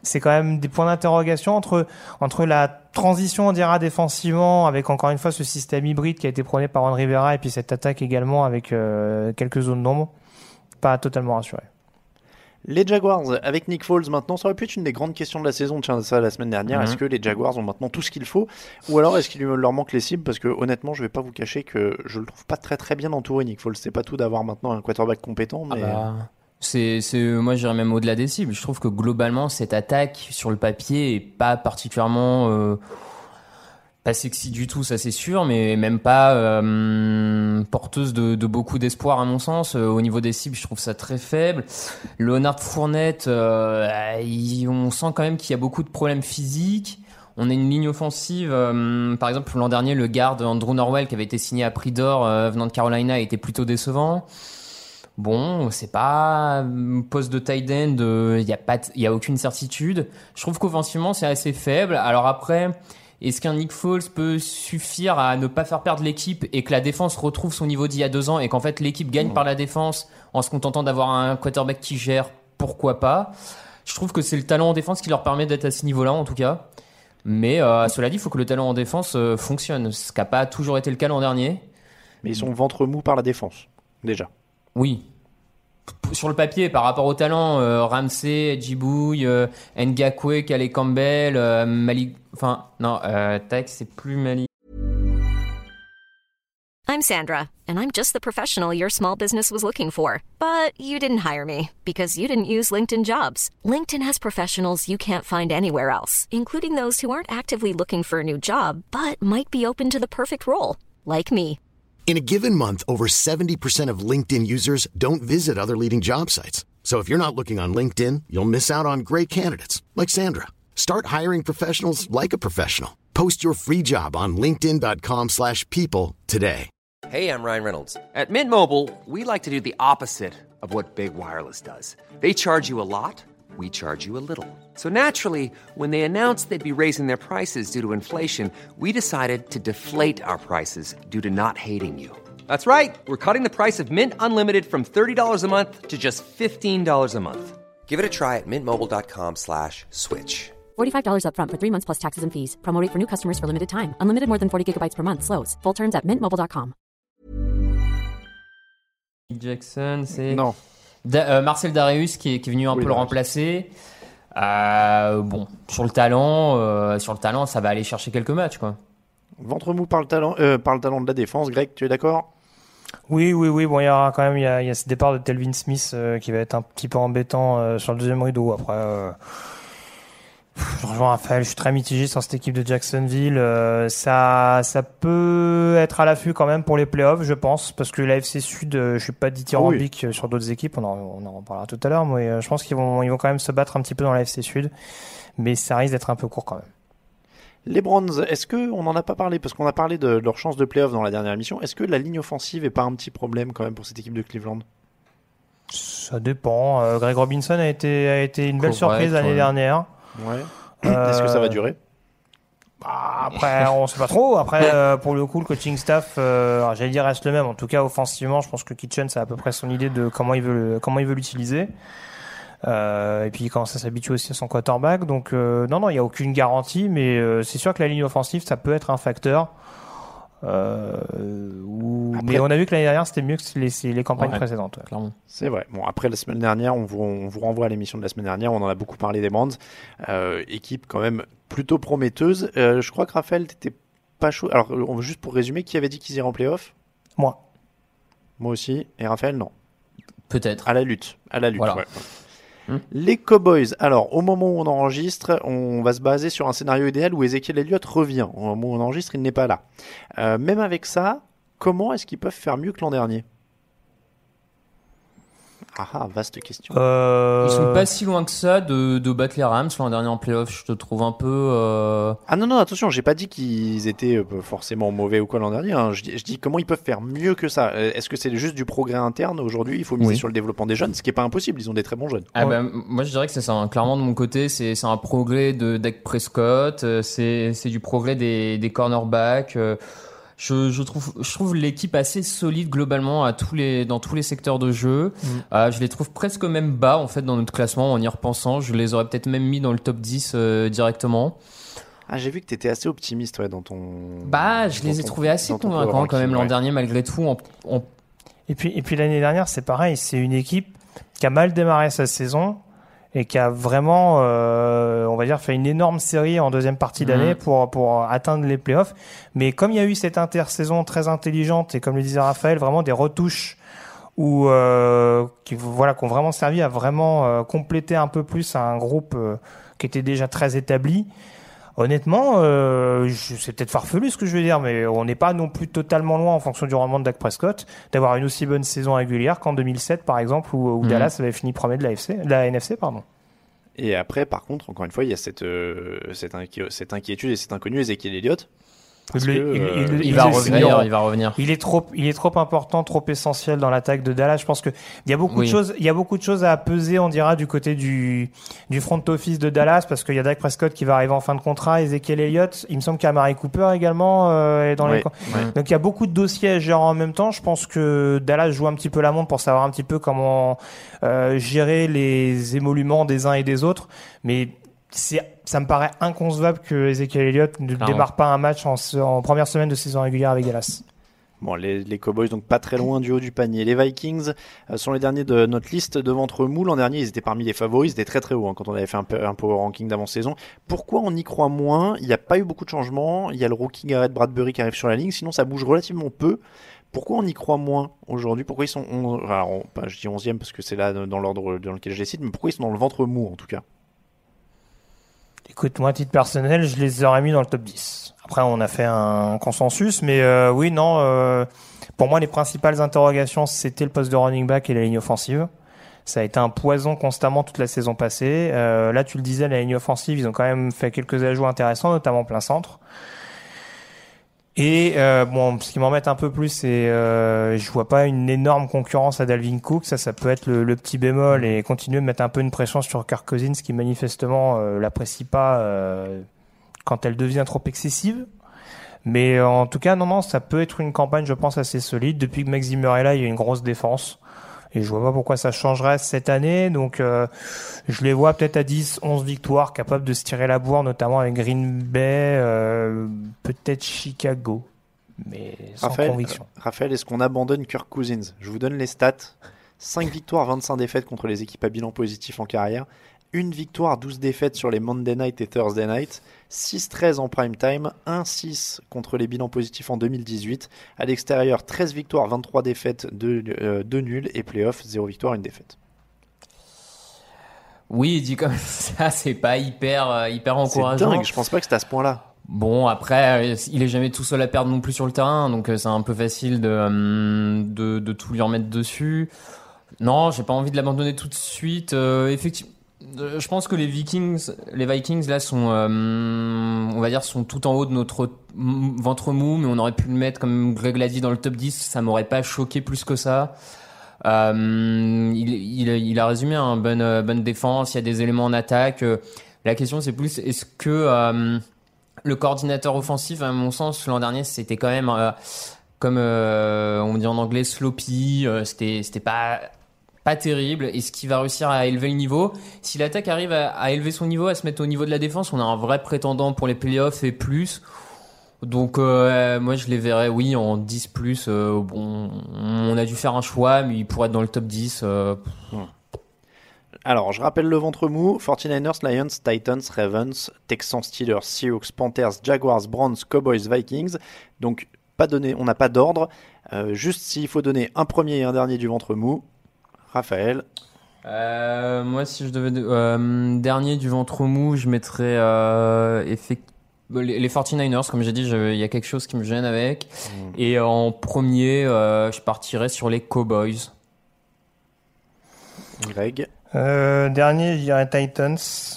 c'est quand même des points d'interrogation entre la transition, on dira, défensivement, avec encore une fois ce système hybride qui a été prôné par Ron Rivera, et puis cette attaque également avec quelques zones d'ombre. Pas totalement rassuré. Les Jaguars, avec Nick Foles maintenant, ça aurait pu être une des grandes questions de la saison. Tiens, ça la semaine dernière. Est-ce que les Jaguars ont maintenant tout ce qu'il faut, ou alors est-ce qu'il leur manque les cibles? Parce que honnêtement, je vais pas vous cacher que je le trouve pas très très bien entouré, Nick Foles. C'est pas tout d'avoir maintenant un quarterback compétent, mais moi j'irais même au-delà des cibles. Je trouve que globalement cette attaque sur le papier est pas particulièrement pas sexy du tout, ça c'est sûr, mais même pas porteuse de beaucoup d'espoir à mon sens. Au niveau des cibles, je trouve ça très faible. Leonard Fournette, on sent quand même qu'il y a beaucoup de problèmes physiques. On a une ligne offensive, par exemple l'an dernier, le garde Andrew Norwell qui avait été signé à prix d'or venant de Carolina était plutôt décevant. Bon, c'est pas poste de tight end, il y a aucune certitude. Je trouve qu'offensivement c'est assez faible. Alors après, est-ce qu'un Nick Foles peut suffire à ne pas faire perdre l'équipe et que la défense retrouve son niveau d'il y a 2 ans et qu'en fait l'équipe gagne par la défense en se contentant d'avoir un quarterback qui gère? Pourquoi pas? Je trouve que c'est le talent en défense qui leur permet d'être à ce niveau-là en tout cas. Mais cela dit, il faut que le talent en défense fonctionne, ce qui n'a pas toujours été le cas l'an dernier. Mais ils sont ventre mou par la défense, déjà. Oui. Sur le papier, par rapport au talent, Ramsey, Djibouille, Ngakwe, Calais Campbell, Malik... Enfin, non, tac, c'est plus Malik. I'm Sandra, and I'm just the professional your small business was looking for. But you didn't hire me, because you didn't use LinkedIn Jobs. LinkedIn has professionals you can't find anywhere else, including those who aren't actively looking for a new job, but might be open to the perfect role, like me. In a given month, over 70% of LinkedIn users don't visit other leading job sites. So if you're not looking on LinkedIn, you'll miss out on great candidates like Sandra. Start hiring professionals like a professional. Post your free job on linkedin.com/people today. Hey, I'm Ryan Reynolds. At Mint Mobile, we like to do the opposite of what Big Wireless does. They charge you a lot, we charge you a little. So naturally, when they announced they'd be raising their prices due to inflation, we decided to deflate our prices due to not hating you. That's right. We're cutting the price of Mint Unlimited from $30 a month to just $15 a month. Give it a try at mintmobile.com/switch. $45 up front for 3 months plus taxes and fees. Promo rate for new customers for limited time. Unlimited more than 40 gigabytes per month. Slows full terms at mintmobile.com. Jackson, c'est... Non. Marcel Darius qui est venu un peu le remplacer. Bon, sur le talent, ça va aller chercher quelques matchs, quoi. Ventre mou par le talent de la défense. Greg, tu es d'accord? Oui. Bon, il y aura quand même, il y a ce départ de Telvin Smith qui va être un petit peu embêtant sur le deuxième rideau. Après, je rejoins Raphaël, je suis très mitigé sur cette équipe de Jacksonville. Ça peut être à l'affût quand même pour les playoffs, je pense, parce que la FC Sud, je suis pas dithyrambique sur d'autres équipes, on en reparlera tout à l'heure, mais je pense qu'ils vont quand même se battre un petit peu dans la FC Sud, mais ça risque d'être un peu court quand même. Les Browns, est-ce que on n'en a pas parlé, parce qu'on a parlé de leur chance de playoff dans la dernière émission, est-ce que la ligne offensive est pas un petit problème quand même pour cette équipe de Cleveland? Ça dépend. Greg Robinson a été une belle surprise l'année dernière. Ouais. Est-ce que ça va durer? Après, on sait pas trop. Après, pour le coup, le coaching staff, j'allais dire reste le même. En tout cas, offensivement, je pense que Kitchen, c'est à peu près son idée de comment il veut l'utiliser. Et puis, il commence à s'habituer aussi à son quarterback. Donc, non, il y a aucune garantie, mais c'est sûr que la ligne offensive, ça peut être un facteur. Mais on a vu que l'année dernière c'était mieux que les campagnes précédentes, clairement. C'est vrai. Bon, après la semaine dernière, on vous renvoie à l'émission de la semaine dernière, on en a beaucoup parlé des Browns, équipe quand même plutôt prometteuse. Je crois que Raphaël t'étais pas chaud. Alors juste pour résumer, qui avait dit qu'ils iraient en playoff? Moi aussi, et Raphaël non. Peut-être. À la lutte. Voilà. Ouais. Les Cowboys, alors au moment où on enregistre, on va se baser sur un scénario idéal où Ezekiel Elliott revient. Au moment où on enregistre, il n'est pas là. Même avec ça, comment est-ce qu'ils peuvent faire mieux que l'an dernier? Vaste question. Ils sont pas si loin que ça de battre les Rams l'an dernier en playoff, je te trouve un peu... non, attention, j'ai pas dit qu'ils étaient forcément mauvais ou quoi l'an dernier. Hein. Je dis comment ils peuvent faire mieux que ça. Est-ce que c'est juste du progrès interne aujourd'hui? Il faut miser sur le développement des jeunes, ce qui est pas impossible, ils ont des très bons jeunes. Moi je dirais que c'est ça, clairement de mon côté, c'est un progrès de Dak Prescott, c'est du progrès des cornerbacks. Je trouve l'équipe assez solide globalement dans tous les secteurs de jeu. Je les trouve presque même bas en fait dans notre classement en y repensant. Je les aurais peut-être même mis dans le top 10 directement. Ah, j'ai vu que tu étais assez optimiste dans ton. Je les ai trouvés assez convaincants quand même l'an dernier malgré tout. Et puis l'année dernière, c'est pareil. C'est une équipe qui a mal démarré sa saison et qui a vraiment, on va dire, fait une énorme série en deuxième partie d'année pour atteindre les playoffs. Mais comme il y a eu cette intersaison très intelligente et comme le disait Raphaël, vraiment des retouches qui ont vraiment servi à vraiment compléter un peu plus un groupe qui était déjà très établi. Honnêtement, c'est peut-être farfelu ce que je veux dire, mais on n'est pas non plus totalement loin en fonction du rendement de Dak Prescott d'avoir une aussi bonne saison régulière qu'en 2007 par exemple où Dallas avait fini premier de la NFC. Et après, par contre, encore une fois, il y a cette inquiétude et cet inconnu Ezekiel Elliott. Il va revenir. Il est trop important, trop essentiel dans l'attaque de Dallas. Je pense que il y a beaucoup de choses à peser, on dira, du côté du front office de Dallas, parce qu'il y a Dak Prescott qui va arriver en fin de contrat, Ezekiel Elliott, il me semble qu'il y a Amari Cooper également est dans les. Donc il y a beaucoup de dossiers à gérer en même temps. Je pense que Dallas joue un petit peu la montre pour savoir un petit peu comment gérer les émoluments des uns et des autres, mais ça me paraît inconcevable que Ezekiel Elliott ne démarre pas un match en première semaine de saison régulière avec Dallas. Bon, les Cowboys, donc pas très loin du haut du panier. Les Vikings sont les derniers de notre liste de ventre mou. L'an dernier, ils étaient parmi les favoris, ils étaient très très haut quand on avait fait un power ranking d'avant-saison. Pourquoi on y croit moins ? Il n'y a pas eu beaucoup de changements. Il y a le rookie Garrett Bradbury qui arrive sur la ligne, sinon ça bouge relativement peu. Pourquoi on y croit moins aujourd'hui ? Pourquoi ils sont je dis 11e parce que c'est là dans l'ordre dans lequel je les cite, mais pourquoi ils sont dans le ventre mou en tout cas ? Écoute, moi, à titre personnel, je les aurais mis dans le top 10. Après, on a fait un consensus, mais pour moi, les principales interrogations, c'était le poste de running back et la ligne offensive. Ça a été un poison constamment toute la saison passée. Là, tu le disais, la ligne offensive, ils ont quand même fait quelques ajouts intéressants, notamment plein centre. Et ce qui m'embête un peu plus, c'est je vois pas une énorme concurrence à Dalvin Cook. Ça peut être le petit bémol et continuer de mettre un peu une pression sur Kirk Cousins qui manifestement l'apprécie pas quand elle devient trop excessive. Mais en tout cas, non, ça peut être une campagne, je pense, assez solide. Depuis que Max Zimmer est là, il y a une grosse défense. Et je vois pas pourquoi ça changerait cette année. Donc, je les vois peut-être à 10, 11 victoires, capables de se tirer la bourre, notamment avec Green Bay, peut-être Chicago. Mais sans conviction. Raphaël, est-ce qu'on abandonne Kirk Cousins ? Je vous donne les stats. 5 victoires, 25 défaites contre les équipes à bilan positif en carrière. 1 victoire, 12 défaites sur les Monday Night et Thursday Night, 6-13 en prime time, 1-6 contre les bilans positifs en 2018. À l'extérieur, 13 victoires, 23 défaites, 2 nuls et playoff, 0 victoire, 1 défaite. Oui, dit comme ça, c'est pas hyper encourageant. C'est dingue, je pense pas que c'est à ce point-là. Bon, après, il est jamais tout seul à perdre non plus sur le terrain, donc c'est un peu facile de tout lui remettre dessus. Non, j'ai pas envie de l'abandonner tout de suite. Effectivement, je pense que les Vikings là sont, on va dire, sont tout en haut de notre ventre mou, mais on aurait pu le mettre, comme Greg l'a dit, dans le top 10. Ça m'aurait pas choqué plus que ça. Il a résumé une bonne défense. Il y a des éléments en attaque. La question, c'est plus, est-ce que le coordinateur offensif, à mon sens, l'an dernier, c'était quand même comme on dit en anglais, sloppy. C'était pas terrible. Est-ce qu'il va réussir à élever le niveau ? Si l'attaque arrive à élever son niveau, à se mettre au niveau de la défense, on a un vrai prétendant pour les playoffs et plus. Donc moi je les verrais en 10+. On a dû faire un choix, mais il pourrait être dans le top 10. Alors, je rappelle le ventre mou: 49ers, Lions, Titans, Ravens, Texans, Steelers, Seahawks, Panthers, Jaguars, Browns, Cowboys, Vikings. Donc on n'a pas d'ordre. Juste s'il faut donner un premier et un dernier du ventre mou. Raphaël. Moi, si je devais dernier du ventre mou, je mettrais les 49ers. Comme j'ai dit, il y a quelque chose qui me gêne avec. Et en premier, je partirais sur les Cowboys. Greg. Dernier, je dirais Titans.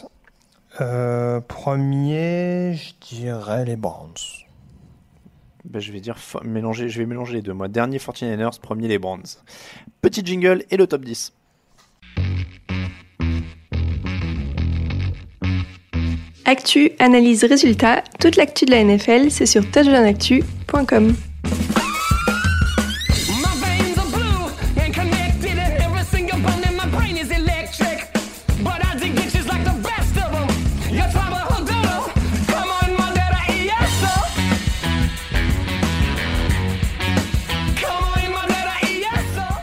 Premier, je dirais les Browns. Je vais mélanger les deux. Moi, dernier 49ers, premier les Browns. Petit jingle et le top 10. Actu, analyse, résultat, toute l'actu de la NFL, c'est sur touchdownactu.com. but I dig ditches like the best of them. Your time will do them. Come on, my daddy, yes, sir. Come on, my daddy, yes, sir.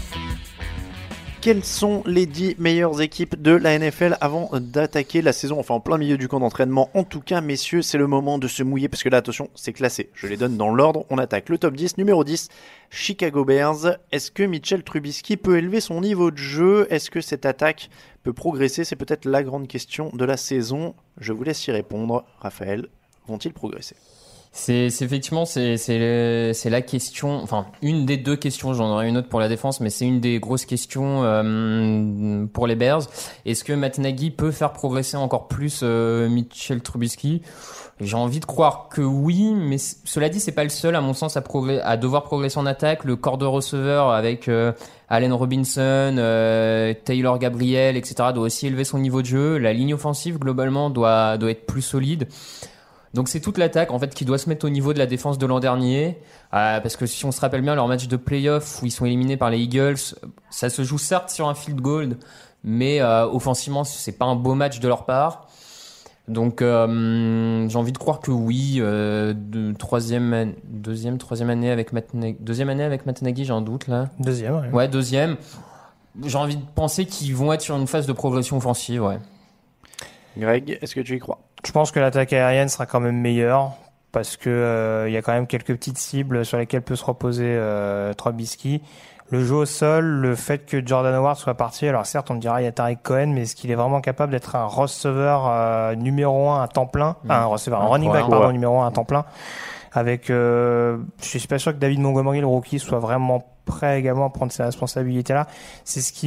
Quelles sont les 10 meilleures équipes de la NFL avant d'attaquer la saison, enfin en plein milieu du camp d'entraînement? En tout cas, messieurs, c'est le moment de se mouiller parce que là, attention, c'est classé. Je les donne dans l'ordre. On attaque le top 10. Numéro 10, Chicago Bears. Est-ce que Mitchell Trubisky peut élever son niveau de jeu? Est-ce que cette attaque peut progresser? C'est peut-être la grande question de la saison. Je vous laisse y répondre. Raphaël, vont-ils progresser? C'est effectivement c'est la question, enfin une des deux questions. J'en aurais une autre pour la défense, mais c'est une des grosses questions pour les Bears. Est-ce que Matt Nagy peut faire progresser encore plus Mitchell Trubisky? J'ai envie de croire que oui, mais cela dit, c'est pas le seul à mon sens à devoir progresser en attaque. Le corps de receveur avec Allen Robinson, Taylor Gabriel, etc. doit aussi élever son niveau de jeu. La ligne offensive globalement doit être plus solide. Donc c'est toute l'attaque en fait qui doit se mettre au niveau de la défense de l'an dernier, parce que si on se rappelle bien leur match de playoff où ils sont éliminés par les Eagles, ça se joue certes sur un field goal, mais offensivement c'est pas un beau match de leur part. Donc j'ai envie de croire que oui, troisième année avec Matt Nagy, j'ai un doute là. Deuxième. J'ai envie de penser qu'ils vont être sur une phase de progression offensive, ouais. Greg, est-ce que tu y crois? Je pense que l'attaque aérienne sera quand même meilleure parce que y a quand même quelques petites cibles sur lesquelles peut se reposer Trubisky. Le jeu au sol, le fait que Jordan Howard soit parti, alors certes on me dira il y a Tariq Cohen, mais est-ce qu'il est vraiment capable d'être un receveur numéro 1 à temps plein, un running back numéro 1 à temps plein, avec je suis pas sûr que David Montgomery le rookie soit vraiment prêt également à prendre ces responsabilités là. C'est ce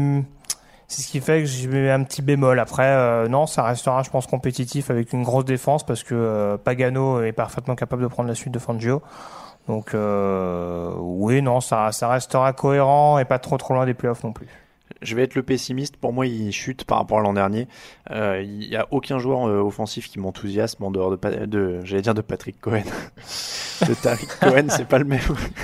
qui fait que je mets un petit bémol. Après, non, ça restera, je pense, compétitif avec une grosse défense parce que Pagano est parfaitement capable de prendre la suite de Fangio. Donc, oui, non, ça restera cohérent et pas trop loin des playoffs non plus. Je vais être le pessimiste. Pour moi, il chute par rapport à l'an dernier. Il y a aucun joueur offensif qui m'enthousiasme en dehors de Patrick Cohen. De Tariq Cohen, c'est pas le même.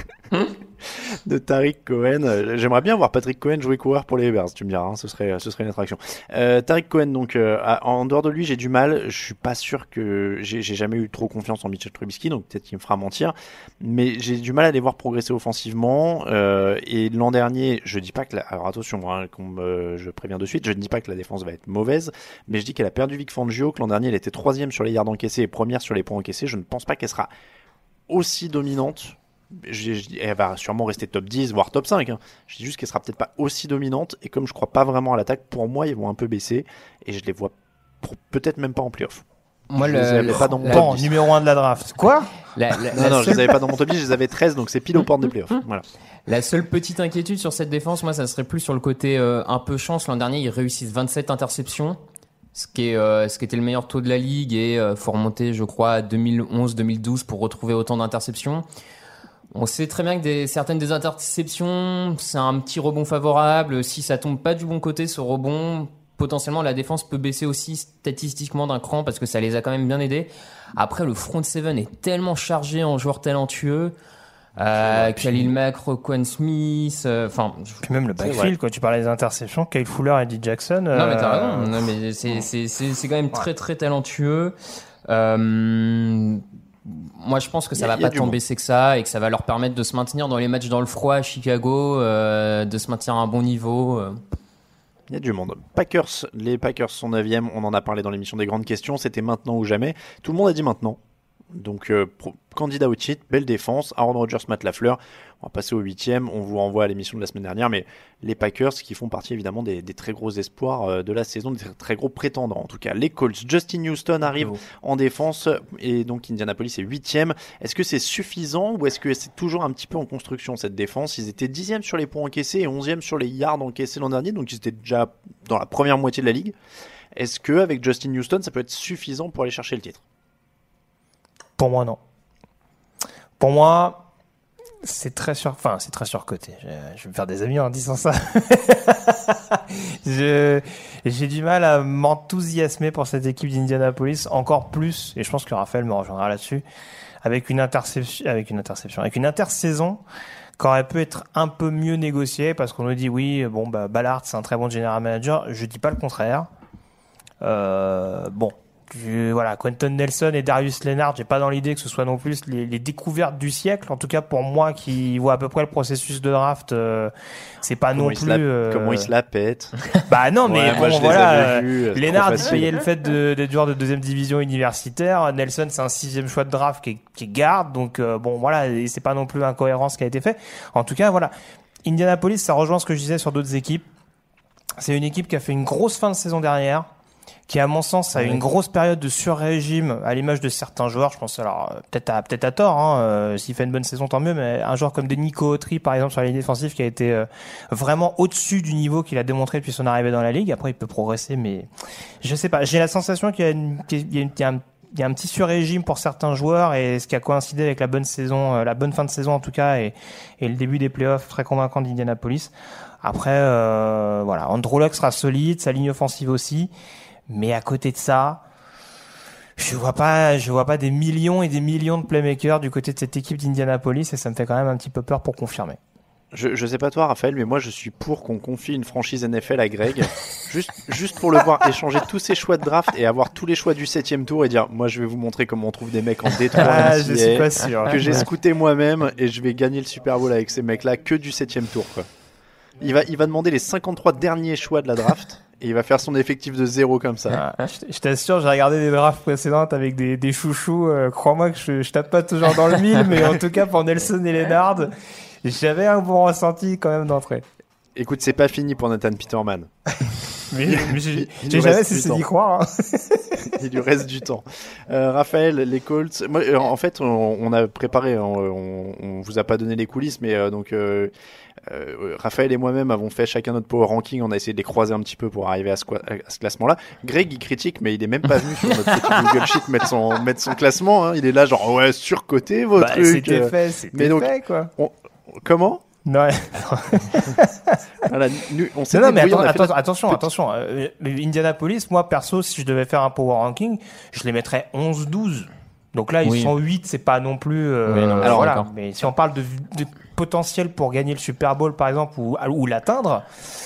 De Tariq Cohen. J'aimerais bien voir Patrick Cohen jouer coureur pour les Bears, tu me diras, hein, ce serait une attraction. Tariq Cohen, donc, en dehors de lui, j'ai du mal. Je suis pas sûr que j'ai jamais eu trop confiance en Mitchell Trubisky, donc peut-être qu'il me fera mentir. Mais j'ai du mal à les voir progresser offensivement. Et l'an dernier, je dis pas que alors attention, hein, je préviens de suite, je ne dis pas que la défense va être mauvaise, mais je dis qu'elle a perdu Vic Fangio, que l'an dernier, elle était 3e sur les yards encaissés et première sur les points encaissés. Je ne pense pas qu'elle sera aussi dominante. Elle va sûrement rester top 10 voire top 5 hein. Je dis juste qu'elle sera peut-être pas aussi dominante, et comme je crois pas vraiment à l'attaque, pour moi ils vont un peu baisser et je les vois peut-être même pas en playoff. Moi, je les avais pas dans mon top 10. Numéro 1 de la draft. Quoi? Non, je les avais pas dans mon top 10, je les avais 13, donc c'est pile aux portes des playoffs. Voilà. La seule petite inquiétude sur cette défense, moi, ça serait plus sur le côté un peu chance. L'an dernier, ils réussissent 27 interceptions, ce qui était le meilleur taux de la ligue, et faut remonter, je crois, à 2011-2012 pour retrouver autant d'interceptions. On sait très bien que certaines des interceptions, c'est un petit rebond favorable. Si ça tombe pas du bon côté, ce rebond, potentiellement la défense peut baisser aussi statistiquement d'un cran parce que ça les a quand même bien aidés. Après, le front seven est tellement chargé en joueurs talentueux. Khalil Mack, Roquan Smith, puis même le backfield, quand tu parlais des interceptions, Kyle Fuller et Eddie Jackson. Non mais t'as raison. Non mais c'est quand même très très talentueux. Moi, je pense que ça va pas tant baisser que ça et que ça va leur permettre de se maintenir dans les matchs dans le froid à Chicago, de se maintenir à un bon niveau. Il y a du monde. Les Packers sont 9e, on en a parlé dans l'émission des grandes questions, c'était maintenant ou jamais. Tout le monde a dit maintenant. Donc, candidat au titre, belle défense, Aaron Rodgers, Matt LaFleur. On va passer au 8e, on vous renvoie à l'émission de la semaine dernière, mais les Packers qui font partie évidemment des très gros espoirs de la saison, des très gros prétendants en tout cas. Les Colts, Justin Houston arrive en défense, et donc Indianapolis est 8e. Est-ce que c'est suffisant ou est-ce que c'est toujours un petit peu en construction cette défense? Ils étaient 10e sur les points encaissés et 11e sur les yards encaissés l'an dernier, donc ils étaient déjà dans la première moitié de la ligue. Est-ce qu'avec Justin Houston ça peut être suffisant pour aller chercher le titre? Pour moi, non. Pour moi, c'est très surcoté. Je vais me faire des amis en disant ça. J'ai du mal à m'enthousiasmer pour cette équipe d'Indianapolis, encore plus, et je pense que Raphaël me rejoindra là-dessus, avec une intersaison qui aurait pu être un peu mieux négocié parce qu'on nous dit oui, bon, bah, Ballard, c'est un très bon general manager. Je dis pas le contraire. Voilà, Quentin Nelson et Darius Leonard, j'ai pas dans l'idée que ce soit non plus les découvertes du siècle. En tout cas, pour moi, qui vois à peu près le processus de draft, c'est pas Comment non il plus. Comment il se la pète. Bah non, mais Ouais, moi, bon, je les voilà. avais vus, c'est Leonard, trop il facile. payait le fait d'être joueur de deuxième division universitaire. Nelson, c'est un 6e choix de draft qui est garde. Donc, bon, voilà, et c'est pas non plus incohérent ce qui a été fait. En tout cas, voilà. Indianapolis, ça rejoint ce que je disais sur d'autres équipes. C'est une équipe qui a fait une grosse fin de saison dernière, qui à mon sens a eu une grosse période de sur-régime à l'image de certains joueurs. Je pense alors peut-être à tort, hein, s'il fait une bonne saison tant mieux, mais un joueur comme Nico Autry par exemple sur la ligne défensive qui a été vraiment au-dessus du niveau qu'il a démontré depuis son arrivée dans la ligue. Après il peut progresser, mais je sais pas, j'ai la sensation qu'il y a un petit sur-régime pour certains joueurs, et ce qui a coïncidé avec la bonne saison, la bonne fin de saison en tout cas, et le début des playoffs très convaincant d'Indianapolis. Après voilà, Andrew Luck sera solide, sa ligne offensive aussi. Mais à côté de ça, je vois pas des millions et des millions de playmakers du côté de cette équipe d'Indianapolis, et ça me fait quand même un petit peu peur pour confirmer. Je sais pas toi, Raphaël, mais moi je suis pour qu'on confie une franchise NFL à Greg, juste pour le voir échanger tous ses choix de draft et avoir tous les choix du 7e tour et dire moi je vais vous montrer comment on trouve des mecs en D3 je suis pas sûr. que j'ai scouté moi-même, et je vais gagner le Super Bowl avec ces mecs-là que du 7e tour, quoi. Il va demander les 53 derniers choix de la draft. Et il va faire son effectif de 0 comme ça. Je t'assure, j'ai regardé des drafts précédentes avec des chouchous. Crois-moi que je tape pas toujours dans le mille, mais en tout cas pour Nelson et Leonard, j'avais un bon ressenti quand même d'entrée. Écoute, c'est pas fini pour Nathan Peterman. mais j'ai jamais cessé d'y croire. Hein. Il lui reste du temps. Raphaël, les Colts. Moi, en fait, on a préparé. On vous a pas donné les coulisses, mais Raphaël et moi-même avons fait chacun notre power ranking. On a essayé de les croiser un petit peu pour arriver à ce classement-là. Greg, il critique, mais il est même pas venu sur notre petit Google Sheet mettre son classement. Hein. Il est là, genre ouais, surcoté vos trucs. C'était fait, quoi. Comment? Ouais. Voilà, on s'est non, mais attention. Indianapolis, moi perso, si je devais faire un power ranking, je les mettrais 11-12. Donc là, ils sont 8, c'est pas non plus. Alors voilà. Mais si on parle de potentiel pour gagner le Super Bowl, par exemple, ou l'atteindre,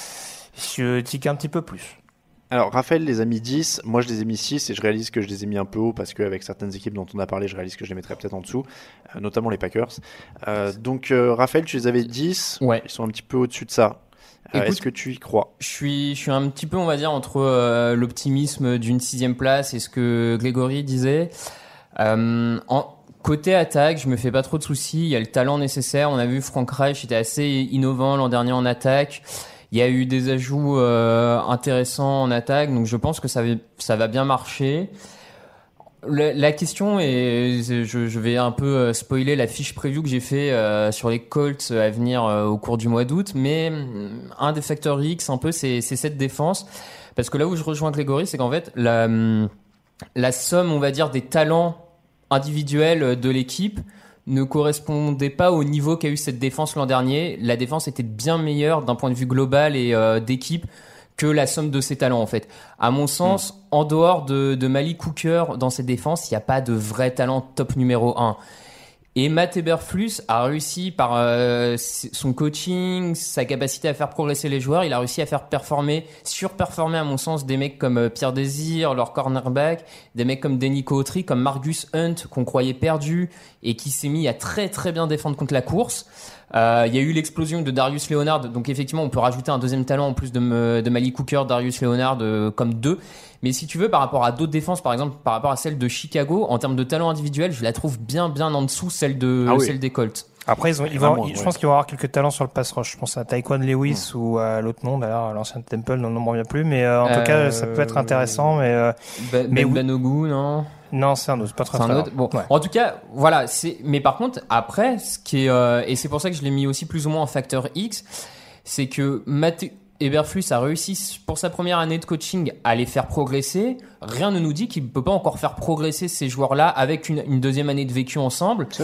je tique un petit peu plus. Alors, Raphaël les a mis 10, moi je les ai mis 6, et je réalise que je les ai mis un peu haut parce qu'avec certaines équipes dont on a parlé, je réalise que je les mettrais peut-être en dessous, notamment les Packers. Donc, Raphaël, tu les avais 10, ouais. Ils sont un petit peu au-dessus de ça. Écoute, est-ce que tu y crois? Je suis un petit peu, on va dire, entre l'optimisme d'une 6e place et ce que Grégory disait. Côté attaque, je me fais pas trop de soucis, il y a le talent nécessaire. On a vu Frank Reich était assez innovant l'an dernier en attaque. Il y a eu des ajouts intéressants en attaque, donc je pense que ça va bien marcher. La question est, je vais un peu spoiler la fiche preview que j'ai fait sur les Colts à venir au cours du mois d'août, mais un des facteurs X un peu c'est cette défense, parce que là où je rejoins Grégory, c'est qu'en fait la somme, on va dire, des talents individuels de l'équipe ne correspondait pas au niveau qu'a eu cette défense l'an dernier. La défense était bien meilleure d'un point de vue global et d'équipe que la somme de ses talents, en fait. À mon sens, en dehors de Malik Hooker dans cette défense, il n'y a pas de vrai talent top numéro 1. Et Matt Eberflus a réussi par son coaching, sa capacité à faire progresser les joueurs, il a réussi à faire surperformer à mon sens des mecs comme Pierre Désir, leur cornerback, des mecs comme Denico Autry, comme Margus Hunt qu'on croyait perdu et qui s'est mis à très très bien défendre contre la course. Il y a eu l'explosion de Darius Leonard, donc effectivement on peut rajouter un deuxième talent en plus de Malik Hooker, Darius Leonard comme 2. Mais si tu veux, par rapport à d'autres défenses, par exemple par rapport à celle de Chicago, en termes de talent individuel, je la trouve bien en dessous celle des Colts. Après, je pense qu'ils vont avoir quelques talents sur le pass rush. Je pense à Tyquan Lewis ou à l'autre nom, d'ailleurs, l'ancien Temple, non, me revient plus. Mais en tout cas, ça peut être intéressant. Ben Ogu, non? Non, c'est un autre, pas très c'est un autre. Bon, ouais. En tout cas, voilà. Mais par contre, après, ce qui est et c'est pour ça que je l'ai mis aussi plus ou moins en facteur X, c'est que Matt Eberflus a réussi pour sa première année de coaching à les faire progresser. Rien ne nous dit qu'il ne peut pas encore faire progresser ces joueurs-là avec une deuxième année de vécu ensemble. C'est vrai.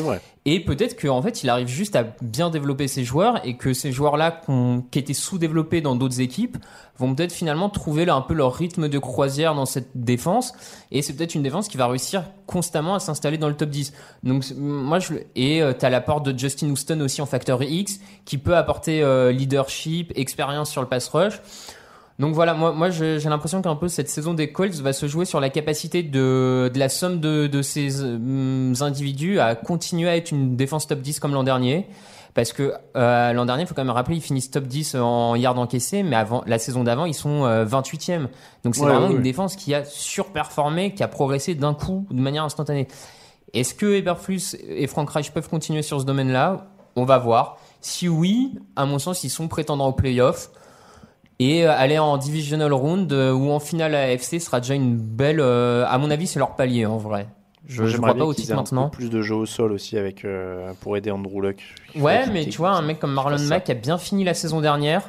Et peut-être qu'en fait, il arrive juste à bien développer ses joueurs et que ces joueurs-là qui étaient sous-développés dans d'autres équipes vont peut-être finalement trouver un peu leur rythme de croisière dans cette défense. Et c'est peut-être une défense qui va réussir constamment à s'installer dans le top 10. Donc, t'as l'apport de Justin Houston aussi en facteur X qui peut apporter leadership, expérience sur le pass rush. Donc voilà, moi j'ai l'impression qu'un peu cette saison des Colts va se jouer sur la capacité de la somme de ces individus à continuer à être une défense top 10 comme l'an dernier. Parce que l'an dernier, il faut quand même rappeler, ils finissent top 10 en yards encaissés, mais la saison d'avant, ils sont 28e. Donc c'est vraiment une défense qui a surperformé, qui a progressé d'un coup de manière instantanée. Est-ce que Eberflus et Frank Reich peuvent continuer sur ce domaine-là ? On va voir. Si oui, à mon sens, ils sont prétendants aux playoffs. Et aller en divisional round ou en finale AFC sera déjà une belle... à mon avis, c'est leur palier en vrai. Je crois pas au titre maintenant. Un peu plus de jeu au sol aussi pour aider Andrew Luck. Ouais, mais tu vois, un mec comme Marlon Mack a bien fini la saison dernière.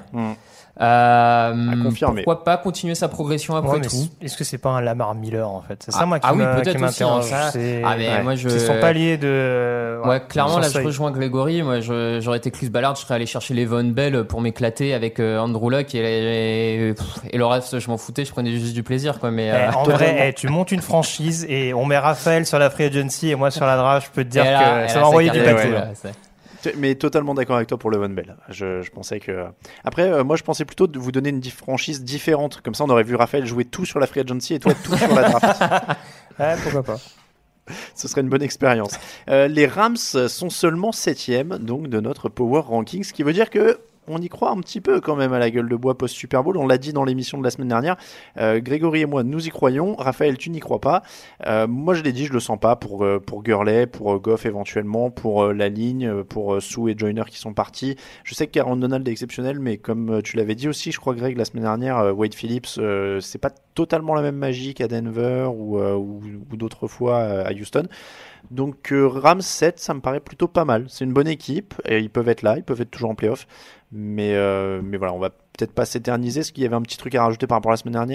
À confirmer. Pourquoi pas continuer sa progression après tout. Est-ce que c'est pas un Lamar Miller en fait? C'est ça moi qui Aussi, m'interroge. C'est son palier de. Ouais, clairement là je rejoins Grégory. Moi j'aurais été Chris Ballard, je serais allé chercher Le'Veon Bell pour m'éclater avec Andrew Luck et le reste je m'en foutais, je prenais juste du plaisir quoi. Mais en vrai, tu montes une franchise et on met Raphaël sur la free agency et moi sur la draft, je peux te dire que ça va envoyer du paquet. Mais totalement d'accord avec toi pour Le'Veon Bell. Je pensais que... Après, moi, je pensais plutôt de vous donner une franchise différente. Comme ça, on aurait vu Raphaël jouer tout sur la free agency et toi tout sur la draft. Ouais, pourquoi pas. Ce serait une bonne expérience. Les Rams sont seulement 7e donc, de notre Power Ranking, ce qui veut dire que on y croit un petit peu quand même à la gueule de bois post-Super Bowl. On l'a dit dans l'émission de la semaine dernière. Grégory et moi, nous y croyons. Raphaël, tu n'y crois pas. Moi, je l'ai dit, je le sens pas pour Gurley, pour Goff éventuellement, pour la ligne, pour Sue et Joyner qui sont partis. Je sais que Aaron Donald est exceptionnel, mais comme tu l'avais dit aussi, je crois, Greg, la semaine dernière, Wade Phillips, c'est pas totalement la même magie qu'à Denver ou d'autres fois à Houston. Donc Rams 7, ça me paraît plutôt pas mal. C'est une bonne équipe et ils peuvent être là, ils peuvent être toujours en playoff. Mais voilà, on va peut-être pas s'éterniser. Est-ce qu'il y avait un petit truc à rajouter par rapport à la semaine dernière ?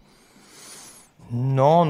Non.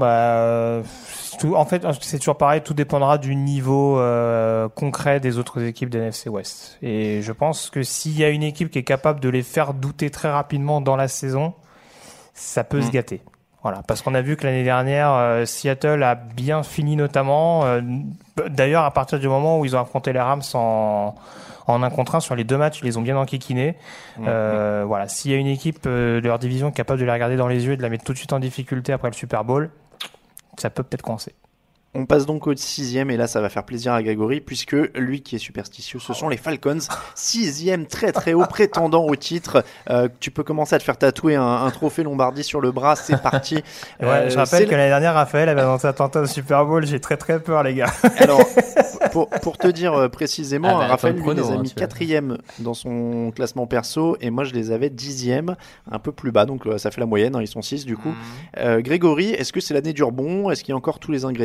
En fait, c'est toujours pareil. Tout dépendra du niveau concret des autres équipes de NFC West. Et je pense que s'il y a une équipe qui est capable de les faire douter très rapidement dans la saison, ça peut se gâter. Voilà, parce qu'on a vu que l'année dernière, Seattle a bien fini notamment. D'ailleurs, à partir du moment où ils ont affronté les Rams en 1 contre 1 sur les 2 matchs, ils les ont bien enquiquinés. Voilà, s'il y a une équipe de leur division capable de les regarder dans les yeux et de la mettre tout de suite en difficulté après le Super Bowl, ça peut peut-être coincer. On passe donc au 6e et là ça va faire plaisir à Grégory puisque lui qui est superstitieux, ce sont les Falcons, 6e très très haut prétendant au titre. Tu peux commencer à te faire tatouer un trophée Lombardie sur le bras, c'est parti. Ouais, je rappelle que l'année dernière Raphaël avait annoncé attentat au Super Bowl, j'ai très très peur les gars. Alors pour te dire précisément, Raphaël lui les a mis 4e dans son classement perso et moi je les avais 10e, un peu plus bas, donc ça fait la moyenne, ils sont 6 du coup. Grégory, est-ce que c'est l'année du rebond ? Est-ce qu'il y a encore tous les ingrédients ?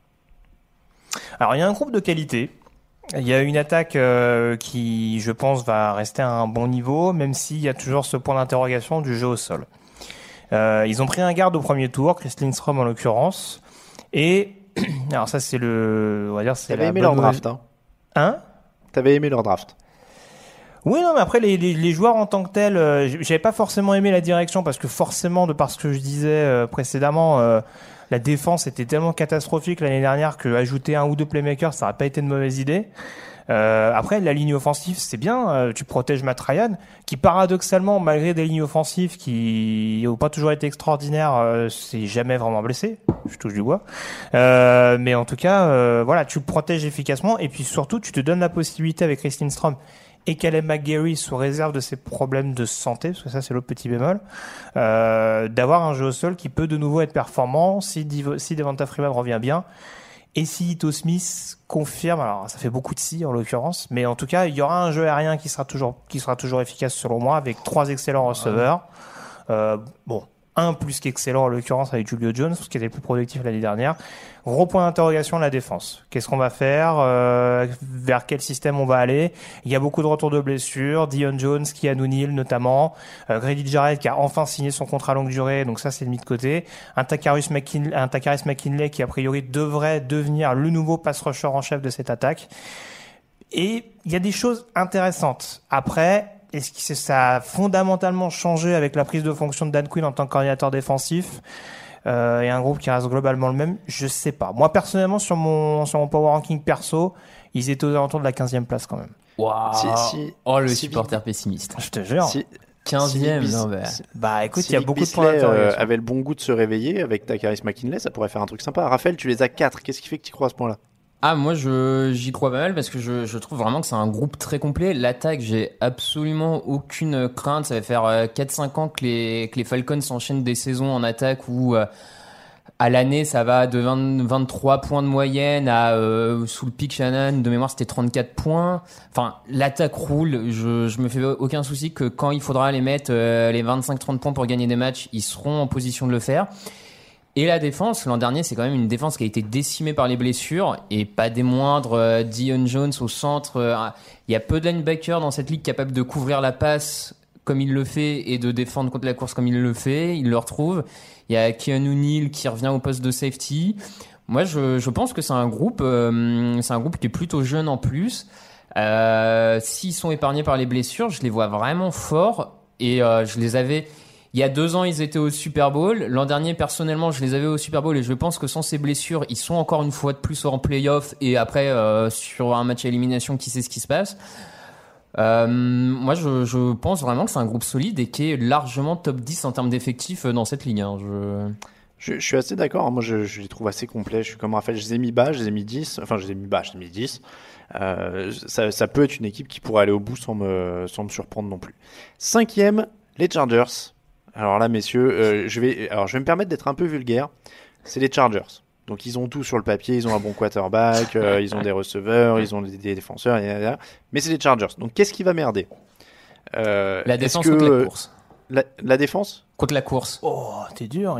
Alors il y a un groupe de qualité, il y a une attaque qui je pense va rester à un bon niveau, même s'il y a toujours ce point d'interrogation du jeu au sol. Ils ont pris un garde au premier tour, Chris Lindstrom en l'occurrence, et alors ça c'est on va dire c'est T'avais aimé leur draft, hein ? T'avais aimé leur draft. Oui, non, mais après les joueurs en tant que tels, j'avais pas forcément aimé la direction parce que forcément, de par ce que je disais précédemment, la défense était tellement catastrophique l'année dernière que ajouter 1 ou 2 playmakers, ça n'aurait pas été une mauvaise idée. Après, la ligne offensive, c'est bien. Tu protèges Matt Ryan, qui paradoxalement, malgré des lignes offensives qui n'ont pas toujours été extraordinaires, c'est jamais vraiment blessé. Je touche du bois. Mais en tout cas, voilà, tu le protèges efficacement et puis surtout, tu te donnes la possibilité avec Chris Lindstrom et Caleb McGarry, sous réserve de ses problèmes de santé, parce que ça c'est l'autre petit bémol, d'avoir un jeu au sol qui peut de nouveau être performant si Devonta Freeman revient bien et si Ito Smith confirme. Alors ça fait beaucoup de si en l'occurrence, mais en tout cas il y aura un jeu aérien qui sera toujours efficace selon moi avec 3 excellents receveurs. Bon, un plus qu'excellent en l'occurrence avec Julio Jones, qui était le plus productif l'année dernière. Gros point d'interrogation, la défense. Qu'est-ce qu'on va faire, vers quel système on va aller? Il y a beaucoup de retours de blessures, Dion Jones, Keanu Neal notamment, Grady Jarrett qui a enfin signé son contrat longue durée, donc ça c'est mis de côté. Un Takarius McKinley qui a priori devrait devenir le nouveau pass rusher en chef de cette attaque. Et il y a des choses intéressantes. Après, est-ce que ça a fondamentalement changé avec la prise de fonction de Dan Quinn en tant que coordinateur défensif et un groupe qui reste globalement le même? Je sais pas. Moi, personnellement, sur mon power ranking perso, ils étaient aux alentours de la 15e place quand même. Waouh. Le supporter pessimiste. Je te jure. 15e, non, bah écoute, il y a beaucoup Beasley, de points d'interrogation. avait le bon goût de se réveiller avec Takarius McKinley, ça pourrait faire un truc sympa. Raphaël, tu les as 4. Qu'est-ce qui fait que tu crois à ce point-là? Ah, moi, j'y crois pas mal parce que je trouve vraiment que c'est un groupe très complet. L'attaque, j'ai absolument aucune crainte. Ça va faire 4-5 ans que les Falcons s'enchaînent des saisons en attaque où, à l'année, ça va de 23 points de moyenne à, sous le pic Shannon, de mémoire, c'était 34 points. Enfin, l'attaque roule. Je me fais aucun souci que quand il faudra les mettre, les 25-30 points pour gagner des matchs, ils seront en position de le faire. Et la défense, l'an dernier, c'est quand même une défense qui a été décimée par les blessures et pas des moindres. Dion Jones au centre. Il y a peu de linebackers dans cette ligue capables de couvrir la passe comme il le fait et de défendre contre la course comme il le fait. Il le retrouve. Il y a Keanu Neal qui revient au poste de safety. Moi, je pense que c'est un groupe qui est plutôt jeune en plus. S'ils sont épargnés par les blessures, je les vois vraiment forts et je les avais. Il y a 2 ans, ils étaient au Super Bowl. L'an dernier, personnellement, je les avais au Super Bowl et je pense que sans ces blessures, ils sont encore une fois de plus en play-off et après, sur un match à élimination, qui sait ce qui se passe. Moi, je pense vraiment que c'est un groupe solide et qui est largement top 10 en termes d'effectifs dans cette ligue. Je suis assez d'accord. Moi, je les trouve assez complets. Je suis comme Raphaël. Je les ai mis bas, je les ai mis 10. Enfin, je les ai mis bas, je les ai mis 10. Ça peut être une équipe qui pourrait aller au bout sans me surprendre non plus. 5e, les Chargers. Alors là, messieurs, je vais me permettre d'être un peu vulgaire. C'est les Chargers. Donc, ils ont tout sur le papier. Ils ont un bon quarterback, ils ont des receveurs, ils ont des défenseurs, etc. Mais c'est les Chargers. Donc, qu'est-ce qui va merder? La défense contre la course. La défense contre la course. Oh, t'es dur.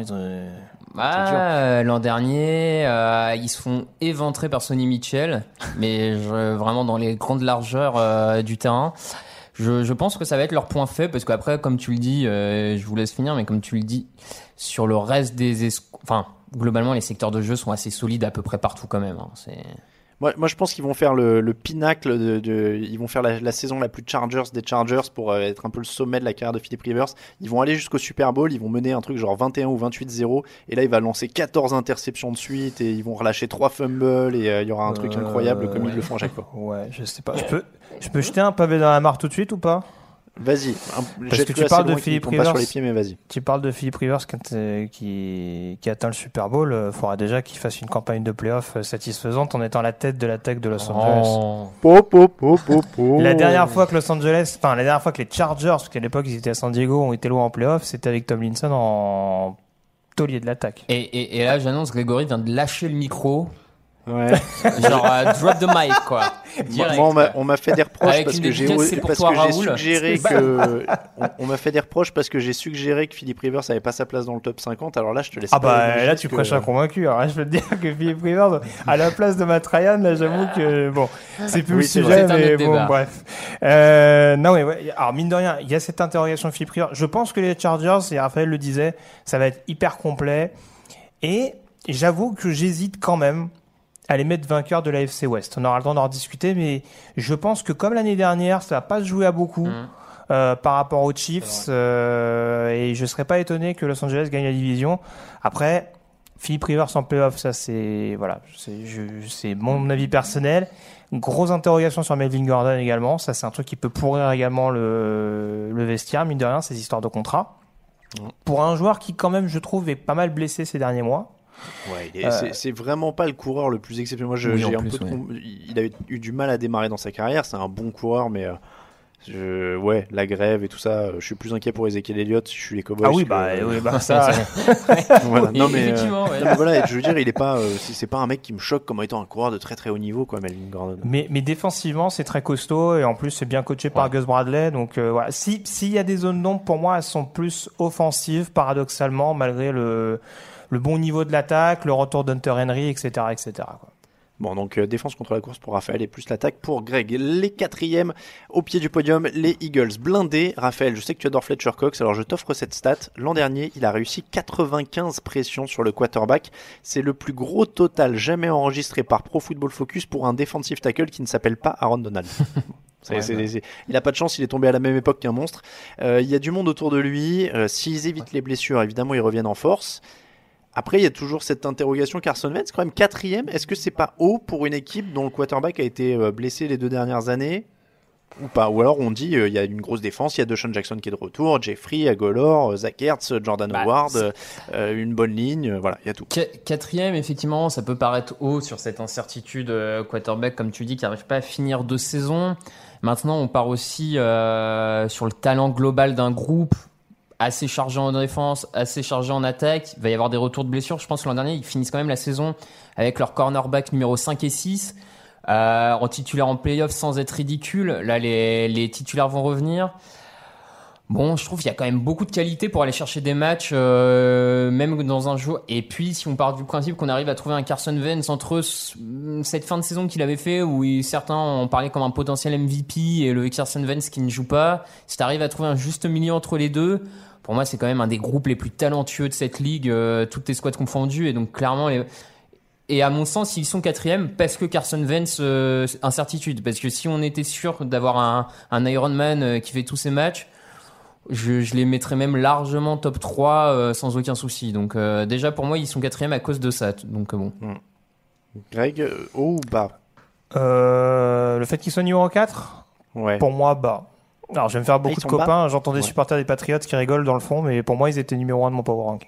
L'an dernier, ils se font éventrer par Sonny Mitchell, mais vraiment dans les grandes largeurs du terrain. Je pense que ça va être leur point faible parce qu'après, comme tu le dis, je vous laisse finir, mais comme tu le dis, sur le reste globalement, les secteurs de jeu sont assez solides à peu près partout quand même. Moi, je pense qu'ils vont faire le pinacle ils vont faire la saison la plus Chargers des Chargers pour être un peu le sommet de la carrière de Philip Rivers. Ils vont aller jusqu'au Super Bowl, ils vont mener un truc genre 21 ou 28-0 et là il va lancer 14 interceptions de suite et ils vont relâcher 3 fumbles et il y aura un truc incroyable comme ils le font à chaque fois. Ouais, je sais pas. Je peux jeter un pavé dans la mare tout de suite ou pas? Vas-y. Parce que tu parles de Philip Rivers. Sur les pieds, mais vas-y. Tu parles de Philip Rivers qui atteint le Super Bowl. Il faudra déjà qu'il fasse une campagne de playoff satisfaisante en étant à la tête de l'attaque de Los Angeles. La dernière fois que les Chargers, parce qu'à l'époque ils étaient à San Diego, ont été loin en playoff, c'était avec Tomlinson en taulier de l'attaque. Et là, j'annonce, Grégory vient de lâcher le micro. Ouais. Genre drop the mic quoi. Moi, on m'a fait des reproches parce que j'ai suggéré que on m'a fait des reproches parce que j'ai suggéré que Philip Rivers avait pas sa place dans le top 50. Alors là, je te laisse. Là tu prêches un convaincu. Alors là, je peux te dire que Philip Rivers à la place de Matt Ryan, là, j'avoue que bon, c'est plus le sujet, mais bon, bref. Non mais ouais. Alors mine de rien, il y a cette interrogation Philip Rivers. Je pense que les Chargers, et Raphaël le disait, ça va être hyper complet. Et j'avoue que j'hésite quand même à les mettre vainqueurs de la FC West. On aura le temps d'en rediscuter, mais je pense que comme l'année dernière, ça va pas se jouer à beaucoup par rapport aux Chiefs, et je serais pas étonné que Los Angeles gagne la division. Après, Philip Rivers en playoff, ça c'est mon avis personnel. Grosse interrogation sur Melvin Gordon également. Ça c'est un truc qui peut pourrir également le vestiaire, mine de rien, ces histoires de contrat. Pour un joueur qui quand même, je trouve, est pas mal blessé ces derniers mois. Ouais, c'est vraiment pas le coureur le plus exceptionnel. Moi, il a eu du mal à démarrer dans sa carrière. C'est un bon coureur, mais Ouais, la grève et tout ça, je suis plus inquiet pour Ezekiel Elliott si je suis les Cowboys. Ah oui, ça. Voilà. Non mais, effectivement, ouais. non, mais voilà, je veux dire, il est pas, c'est pas un mec qui me choque comme étant un coureur de très très haut niveau, quoi, Melvin Gordon. Mais défensivement, c'est très costaud et en plus, c'est bien coaché par Gus Bradley. Donc voilà, s'il y a des zones d'ombre, pour moi, elles sont plus offensives, paradoxalement, malgré le bon niveau de l'attaque, le retour d'Hunter Henry, etc., quoi. Bon, donc défense contre la course pour Raphaël et plus l'attaque pour Greg. Les quatrièmes au pied du podium, les Eagles blindés. Raphaël, je sais que tu adores Fletcher Cox, alors je t'offre cette stat. L'an dernier, il a réussi 95 pressions sur le quarterback. C'est le plus gros total jamais enregistré par Pro Football Focus pour un defensive tackle qui ne s'appelle pas Aaron Donald. Il a pas de chance, il est tombé à la même époque qu'un monstre. Il y a du monde autour de lui. S'ils évitent les blessures, évidemment, ils reviennent en force. Après, il y a toujours cette interrogation. Carson Wentz, quand même quatrième. Est-ce que c'est pas haut pour une équipe dont le quarterback a été blessé les 2 dernières années ou pas? Ou alors on dit il y a une grosse défense, il y a DeSean Jackson qui est de retour, Jeffrey, Agholor, Zach Ertz, Jordan Howard, une bonne ligne, voilà, il y a tout. Quatrième, effectivement, ça peut paraître haut sur cette incertitude quarterback, comme tu dis, qui n'arrive pas à finir 2 saisons. Maintenant, on part aussi sur le talent global d'un groupe assez chargé en défense, assez chargé en attaque. Il va y avoir des retours de blessures. Je pense que l'an dernier, ils finissent quand même la saison avec leur cornerback numéro 5 et 6. En titulaire en playoff sans être ridicule. Là, les titulaires vont revenir. Bon, je trouve qu'il y a quand même beaucoup de qualité pour aller chercher des matchs, même dans un jour. Et puis, si on part du principe qu'on arrive à trouver un Carson Wentz entre cette fin de saison qu'il avait fait, où certains en parlaient comme un potentiel MVP, et le Carson Wentz qui ne joue pas, si tu arrives à trouver un juste milieu entre les deux, pour moi, c'est quand même un des groupes les plus talentueux de cette ligue, toutes les squads confondues. Et donc, clairement, et à mon sens, ils sont quatrième parce que Carson Wentz, incertitude. Parce que si on était sûr d'avoir un Ironman qui fait tous ses matchs, je les mettrais même largement top 3 sans aucun souci. Donc déjà pour moi ils sont quatrième à cause de ça. Donc bon. Greg, haut ou bas? Le fait qu'ils soient numéro 4, pour moi bas. Alors je vais me faire beaucoup de copains. J'entends des supporters des Patriots qui rigolent dans le fond, mais pour moi ils étaient numéro 1 de mon power ranking.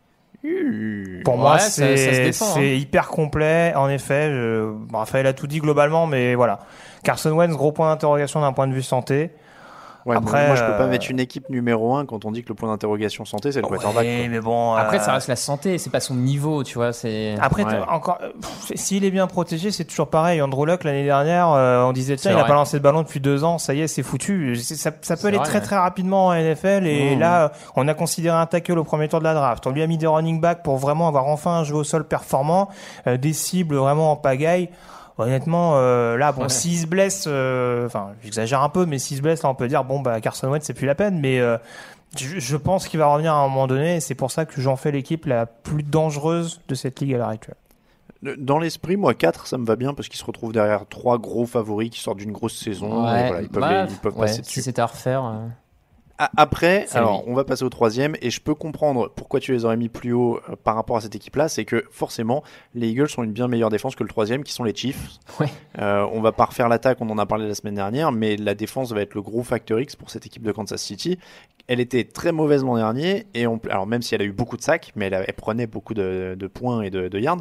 Pour moi c'est hyper complet. En effet, Raphaël a tout dit globalement, mais voilà. Carson Wentz, gros point d'interrogation d'un point de vue santé. Ouais, après, moi je peux pas mettre une équipe numéro 1 quand on dit que le point d'interrogation santé c'est le quarterback. Mais bon, après ça reste la santé, c'est pas son niveau, tu vois. Après encore, s'il est bien protégé, c'est toujours pareil. Andrew Luck l'année dernière, on disait tiens, il a pas lancé de ballon depuis 2 ans, ça y est, c'est foutu. Ça peut aller très très rapidement en NFL et là, on a considéré un tackle au premier tour de la draft. On lui a mis des running backs pour vraiment avoir enfin un jeu au sol performant, des cibles vraiment en pagaille. Honnêtement, là, bon, s'il se blesse, enfin, j'exagère un peu, mais s'il se blesse, là, on peut dire, bon, bah, Carson Wentz, c'est plus la peine, mais je pense qu'il va revenir à un moment donné, et c'est pour ça que j'en fais l'équipe la plus dangereuse de cette ligue à l'heure actuelle. Dans l'esprit, moi, 4, ça me va bien, parce qu'ils se retrouvent derrière 3 gros favoris qui sortent d'une grosse saison, et voilà, ils peuvent passer dessus. Si c'était à refaire... Après, alors on va passer au 3e et je peux comprendre pourquoi tu les aurais mis plus haut par rapport à cette équipe-là, c'est que forcément les Eagles ont une bien meilleure défense que le 3e qui sont les Chiefs. On va pas refaire l'attaque, on en a parlé la semaine dernière, mais la défense va être le gros facteur X pour cette équipe de Kansas City. Elle était très mauvaise l'an dernier et alors même si elle a eu beaucoup de sacs, mais elle prenait beaucoup de points et de yards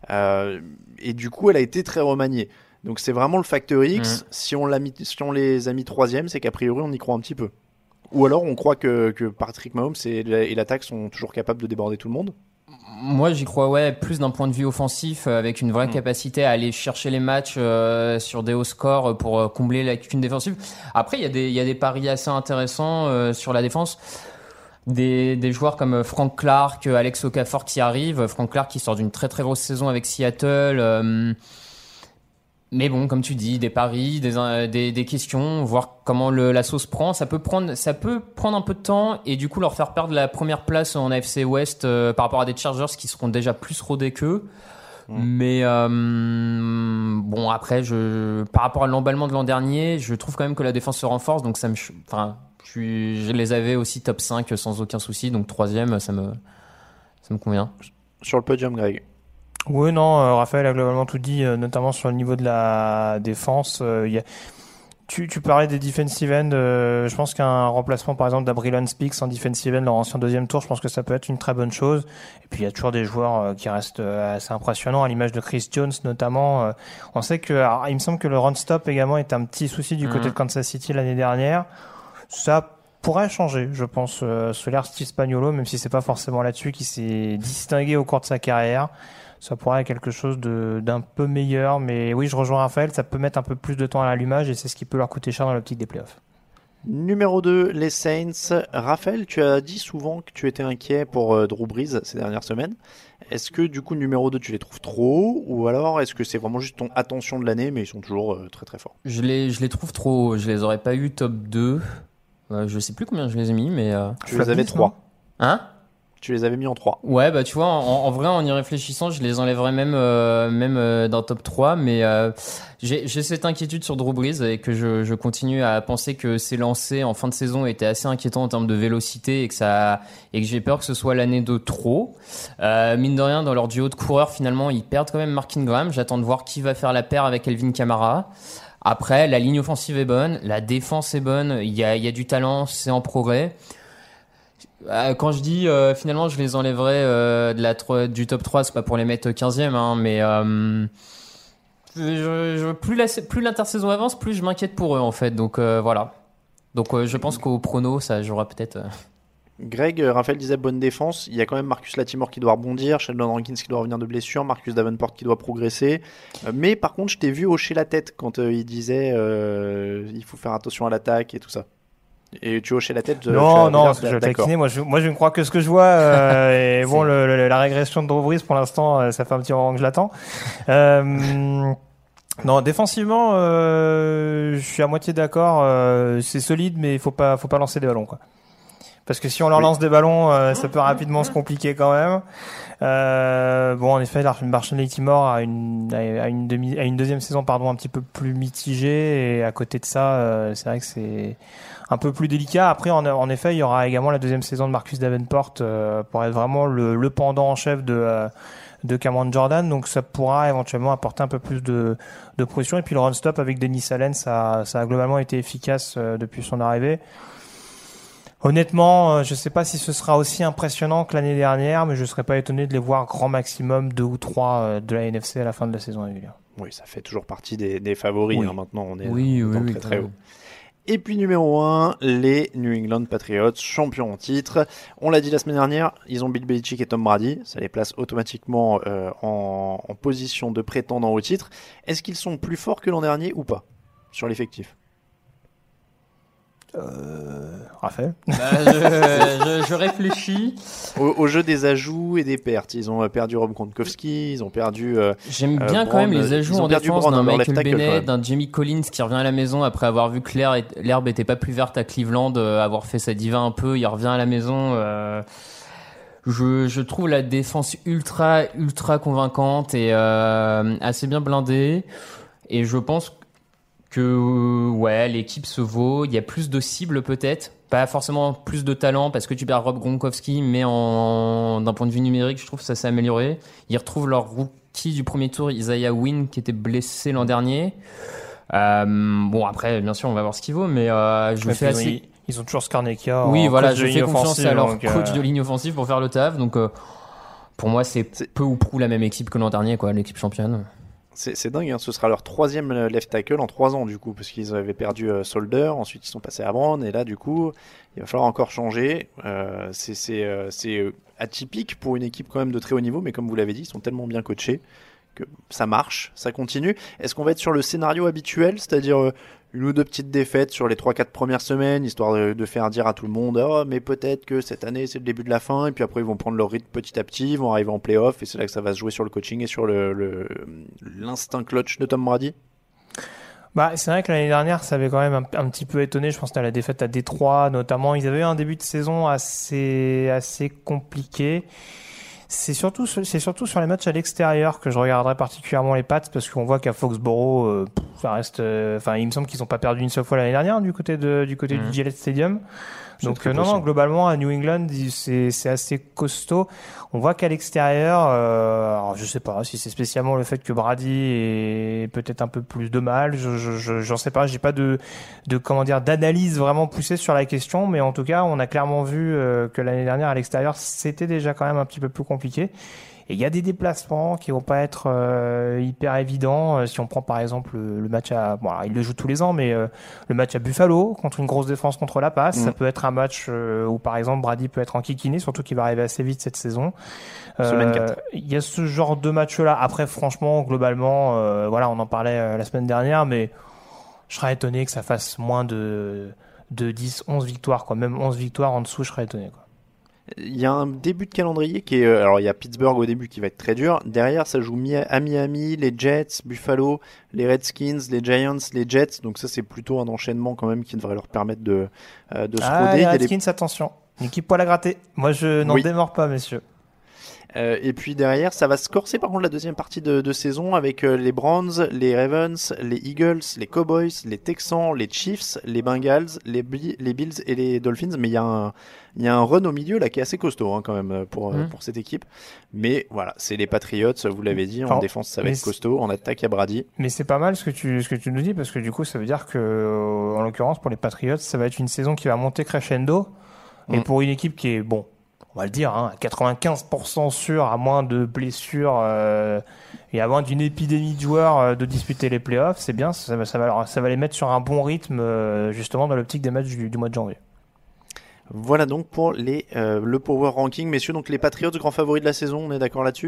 et du coup elle a été très remaniée. Donc c'est vraiment le facteur X. Si on les a mis 3e, c'est qu'a priori on y croit un petit peu. Ou alors on croit que Patrick Mahomes et l'attaque sont toujours capables de déborder tout le monde? Moi j'y crois plus d'un point de vue offensif, avec une vraie capacité à aller chercher les matchs sur des hauts scores pour combler la lacune défensive. Après il y a des paris assez intéressants sur la défense. Des joueurs comme Frank Clark, Alex Okafor qui arrivent. Frank Clark qui sort d'une très très grosse saison avec Seattle. Mais bon, comme tu dis, des paris, des questions, voir comment la sauce prend. Ça peut prendre un peu de temps et du coup leur faire perdre la première place en AFC West par rapport à des Chargers qui seront déjà plus rodés qu'eux. Mais bon, après, par rapport à l'emballement de l'an dernier, je trouve quand même que la défense se renforce. Donc je les avais aussi top 5 sans aucun souci. Donc 3e, ça me convient. Sur le podium, Greg? Oui, non, Raphaël a globalement tout dit, notamment sur le niveau de la défense. Il Tu parlais des defensive ends. Je pense qu'un remplacement, par exemple, d'Abrylon Speaks en defensive end, leur ancien deuxième tour, je pense que ça peut être une très bonne chose. Et puis, il y a toujours des joueurs qui restent assez impressionnants, à l'image de Chris Jones, notamment. On sait que, alors, il me semble que le run stop également est un petit souci du côté de Kansas City l'année dernière. Ça pourrait changer, je pense, sous l'ère Steve Spagnuolo, même si c'est pas forcément là-dessus qu'il s'est distingué au cours de sa carrière. Ça pourrait être quelque chose d'un peu meilleur, mais oui, je rejoins Raphaël, ça peut mettre un peu plus de temps à l'allumage et c'est ce qui peut leur coûter cher dans l'optique des playoffs. Numéro 2, les Saints. Raphaël, tu as dit souvent que tu étais inquiet pour Drew Brees ces dernières semaines. Est-ce que du coup, numéro 2, tu les trouves trop haut, ou alors est-ce que c'est vraiment juste ton attention de l'année, mais ils sont toujours très très forts? Je les trouve trop hauts, je les aurais pas eu top 2. Je sais plus combien je les ai mis, mais... Tu les avais 3. Hein? Tu les avais mis en 3. Ouais, bah tu vois, en vrai, en y réfléchissant, je les enlèverais même dans top 3, mais j'ai cette inquiétude sur Drew Brees et que je continue à penser que ses lancers en fin de saison étaient assez inquiétants en termes de vélocité et que j'ai peur que ce soit l'année de trop. Mine de rien, dans leur duo de coureurs, finalement, ils perdent quand même Mark Ingram. J'attends de voir qui va faire la paire avec Alvin Kamara. Après, la ligne offensive est bonne, la défense est bonne, il y a du talent, c'est en progrès. Quand je dis finalement je les enlèverais du top 3, c'est pas pour les mettre 15e, hein, mais plus l'intersaison avance, plus je m'inquiète pour eux en fait. Donc voilà. Donc je pense qu'au prono ça jouera peut-être. Greg, Raphaël disait bonne défense. Il y a quand même Marcus Latimore qui doit rebondir, Sheldon Rankins qui doit revenir de blessure, Marcus Davenport qui doit progresser. Mais par contre, je t'ai vu hocher la tête quand il disait il faut faire attention à l'attaque et tout ça. Et tu hochais la tête. Non, je taquinais. Moi, je ne crois que ce que je vois. Et bon, la régression de Drew Brees, pour l'instant, ça fait un petit moment que je l'attends. Non, défensivement, je suis à moitié d'accord. C'est solide, mais il faut pas lancer des ballons, quoi. Parce que si on leur lance des ballons, ça peut rapidement se compliquer quand même. Bon, en effet, Marshall Latimore a une deuxième saison, un petit peu plus mitigée. Et à côté de ça, c'est vrai que c'est un peu plus délicat. Après, en effet, il y aura également la deuxième saison de Marcus Davenport pour être vraiment le pendant en chef de Cameron Jordan. Donc, ça pourra éventuellement apporter un peu plus de pression. Et puis, le run-stop avec Dennis Allen, ça a globalement été efficace depuis son arrivée. Honnêtement, je sais pas si ce sera aussi impressionnant que l'année dernière, mais je serais pas étonné de les voir grand maximum 2 ou 3 de la NFC à la fin de la saison régulière. Oui, ça fait toujours partie des favoris. Oui. Hein, maintenant, on est très très haut. Et puis numéro 1, les New England Patriots, champions en titre. On l'a dit la semaine dernière, ils ont Bill Belichick et Tom Brady. Ça les place automatiquement en position de prétendant au titre. Est-ce qu'ils sont plus forts que l'an dernier ou pas sur l'effectif? Raphaël. Je réfléchis. Au jeu des ajouts et des pertes. Ils ont perdu Rob Gronkowski, ils ont perdu. J'aime bien quand même les ajouts en défense d'un Michael Bennett, d'un Jamie Collins qui revient à la maison après avoir vu que l'herbe était pas plus verte à Cleveland, avoir fait sa diva un peu. Il revient à la maison. Je trouve la défense ultra convaincante et assez bien blindée. Et je pense que l'équipe se vaut. Il y a plus de cibles peut-être, pas forcément plus de talent parce que tu perds Rob Gronkowski, mais d'un point de vue numérique, je trouve que ça s'est amélioré. Ils retrouvent leur rookie du premier tour, Isaiah Wynn, qui était blessé l'an dernier. Bon après, bien sûr, on va voir ce qu'il vaut, mais je fais assez. Ils ont toujours Skarnekia. Oui, voilà, je fais confiance à leur coach de ligne offensive pour faire le taf. Donc pour moi, c'est peu ou prou la même équipe que l'an dernier, quoi, l'équipe championne. C'est dingue, hein. Ce sera leur 3e left tackle en 3 ans du coup, parce qu'ils avaient perdu Solder, ensuite ils sont passés à Brown, et là du coup il va falloir encore changer. C'est atypique pour une équipe quand même de très haut niveau, mais comme vous l'avez dit, ils sont tellement bien coachés que ça marche, ça continue. Est-ce qu'on va être sur le scénario habituel, c'est-à-dire une ou deux petites défaites sur les 3-4 premières semaines, histoire de faire dire à tout le monde « Oh, mais peut-être que cette année, c'est le début de la fin », et puis après, ils vont prendre leur rythme petit à petit, ils vont arriver en play-off, et c'est là que ça va se jouer sur le coaching et sur l'instinct clutch de Tom Brady. C'est vrai que l'année dernière, ça avait quand même un petit peu étonné. Je pense que la défaite à Détroit, notamment. Ils avaient eu un début de saison assez compliqué. C'est surtout sur les matchs à l'extérieur que je regarderai particulièrement les Pats, parce qu'on voit qu'à Foxborough, ça reste. Il me semble qu'ils n'ont pas perdu une seule fois l'année dernière du côté du Gillette Stadium. Donc non, globalement à New England, c'est assez costaud. On voit qu'à l'extérieur, alors je sais pas si c'est spécialement le fait que Brady ait peut-être un peu plus de mal. J'en sais pas. J'ai pas de d'analyse vraiment poussée sur la question, mais en tout cas, on a clairement vu que l'année dernière à l'extérieur, c'était déjà quand même un petit peu plus compliqué. Et il y a des déplacements qui vont pas être hyper évidents. Si on prend par exemple le match alors, il le joue tous les ans, mais le match à Buffalo contre une grosse défense contre la passe, ça peut être un match où par exemple Brady peut être enquiquiné, surtout qu'il va arriver assez vite cette saison. Semaine 4. Il y a ce genre de match-là. Après, franchement, globalement, on en parlait la semaine dernière, mais je serais étonné que ça fasse moins de 10, 11 victoires, quoi. Même 11 victoires en dessous, je serais étonné, quoi. Il y a un début de calendrier qui est... alors, il y a Pittsburgh au début qui va être très dur. Derrière, ça joue à Miami, les Jets, Buffalo, les Redskins, les Giants, les Jets. Donc ça, c'est plutôt un enchaînement quand même qui devrait leur permettre de se roder. Les Redskins, attention. Une équipe poil à gratter. Moi, je n'en démords pas, messieurs. Et puis derrière, ça va se corser par contre la deuxième partie de saison avec les Browns, les Ravens, les Eagles, les Cowboys, les Texans, les Chiefs, les Bengals, les Bills et les Dolphins. Mais il y a un run au milieu là qui est assez costaud quand même pour cette équipe. Mais voilà, c'est les Patriots, vous l'avez dit, en défense ça va être costaud, en attaque à Brady. Mais c'est pas mal ce que tu nous dis parce que du coup ça veut dire que en l'occurrence pour les Patriots, ça va être une saison qui va monter crescendo. Et pour une équipe qui est on va le dire, à 95% sûr, à moins de blessures et à moins d'une épidémie de joueurs de disputer les playoffs, c'est bien, ça va les mettre sur un bon rythme justement dans l'optique des matchs du mois de janvier. Voilà donc pour le Power Ranking, messieurs. Donc les Patriots, grands favoris de la saison, on est d'accord là-dessus ?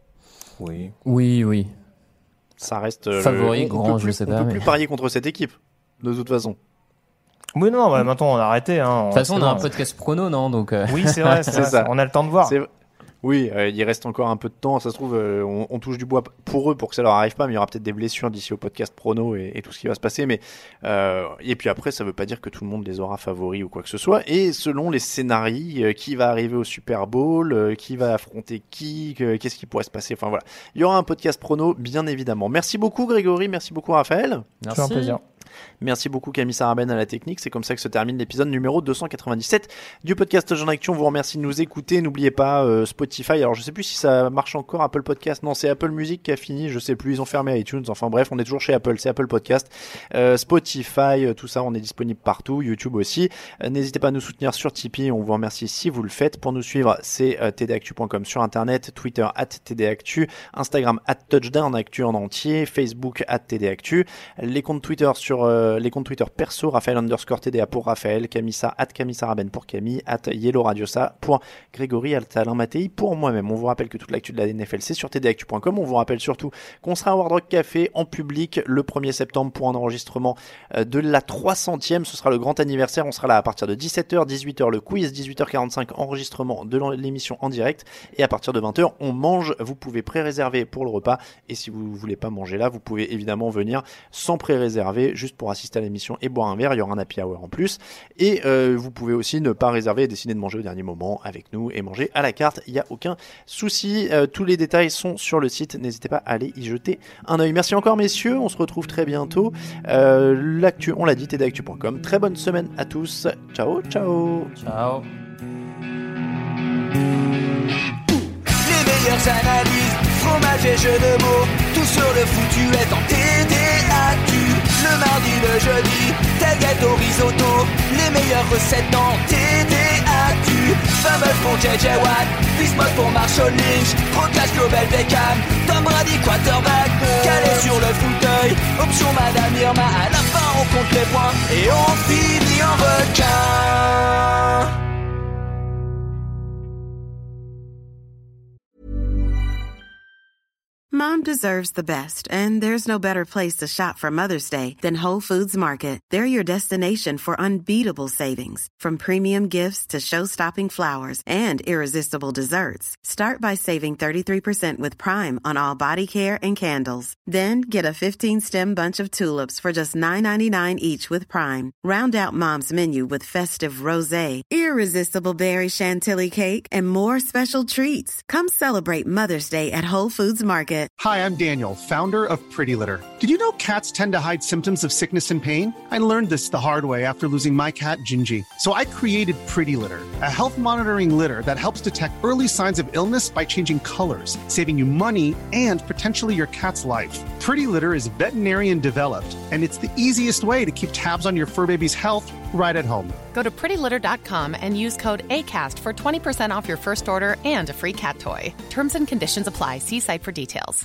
Oui. Ça reste favori, grand, je sais pas. On peut plus parier contre cette équipe, de toute façon. Oui, non, maintenant on a arrêté. De toute façon, on a un podcast prono, non ? Donc, oui, c'est vrai, c'est ça. On a le temps de voir. Oui, il reste encore un peu de temps. Ça se trouve, on touche du bois pour eux pour que ça leur arrive pas, mais il y aura peut-être des blessures d'ici au podcast prono et tout ce qui va se passer. Mais et puis après, ça veut pas dire que tout le monde les aura favoris ou quoi que ce soit. Et selon les scénarios, qui va arriver au Super Bowl, qui va affronter qu'est-ce qui pourrait se passer. Enfin voilà, il y aura un podcast prono, bien évidemment. Merci beaucoup Grégory, merci beaucoup Raphaël. C'est un plaisir. Merci beaucoup Camille Sarabène à la technique. C'est comme ça que se termine l'épisode numéro 297 du podcast Jean Actu. On vous remercie de nous écouter. N'oubliez pas Spotify. Alors je sais plus si ça marche encore, Apple Podcast. Non, c'est Apple Music qui a fini. Je sais plus. Ils ont fermé iTunes. Enfin bref, on est toujours chez Apple. C'est Apple Podcast, Spotify, tout ça. On est disponible partout. YouTube aussi. N'hésitez pas à nous soutenir sur Tipeee. On vous remercie si vous le faites. Pour nous suivre, c'est tdactu.com sur Internet, Twitter @tdactu, Instagram @touchdownactu en entier, Facebook @tdactu, les comptes Twitter sur les comptes Twitter perso, Raphaël _TDA pour Raphaël, Camissa @Camissaraben pour Camille, @YellowRadiosa pour Grégory, @Alain Mattei pour moi-même. On vous rappelle que toute l'actu de la NFL c'est sur tdactu.com. On vous rappelle surtout qu'on sera à Hard Rock Café en public le 1er septembre pour un enregistrement de la 300e. Ce sera le grand anniversaire. On sera là à partir de 17h, 18h le quiz, 18h45 enregistrement de l'émission en direct et à partir de 20h on mange. Vous pouvez pré-réserver pour le repas et si vous voulez pas manger là, vous pouvez évidemment venir sans pré-réserver juste pour assister à l'émission et boire un verre. Il y aura un happy hour en plus et vous pouvez aussi ne pas réserver et décider de manger au dernier moment avec nous et manger à la carte, il n'y a aucun souci. Tous les détails sont sur le site, n'hésitez pas à aller y jeter un œil. Merci encore messieurs, on se retrouve très bientôt. L'actu, on l'a dit, tdactu.com. Très bonne semaine à tous, ciao. Les meilleures analyses, fromage et jeux de mots, tout sur le foutu est en TDAQ. Le mardi, le jeudi, tel gâteau risotto, les meilleures recettes en TDAQ. Fameux pour JJ Watt, Bismuth pour Marshall Lynch, Proclash Global Beckham, Tom Brady quarterback, calé sur le fauteuil, option Madame Irma, à la fin on compte les points et on finit en requin. Mom deserves the best, and there's no better place to shop for Mother's Day than Whole Foods Market. They're your destination for unbeatable savings, from premium gifts to show-stopping flowers and irresistible desserts. Start by saving 33% with Prime on all body care and candles. Then get a 15-stem bunch of tulips for just $9.99 each with Prime. Round out Mom's menu with festive rosé, irresistible berry chantilly cake, and more special treats. Come celebrate Mother's Day at Whole Foods Market. it. Hi, I'm Daniel, founder of Pretty Litter. Did you know cats tend to hide symptoms of sickness and pain? I learned this the hard way after losing my cat, Gingy. So I created Pretty Litter, a health monitoring litter that helps detect early signs of illness by changing colors, saving you money and potentially your cat's life. Pretty Litter is veterinarian developed, and it's the easiest way to keep tabs on your fur baby's health right at home. Go to prettylitter.com and use code ACAST for 20% off your first order and a free cat toy. Terms and conditions apply. See site for details.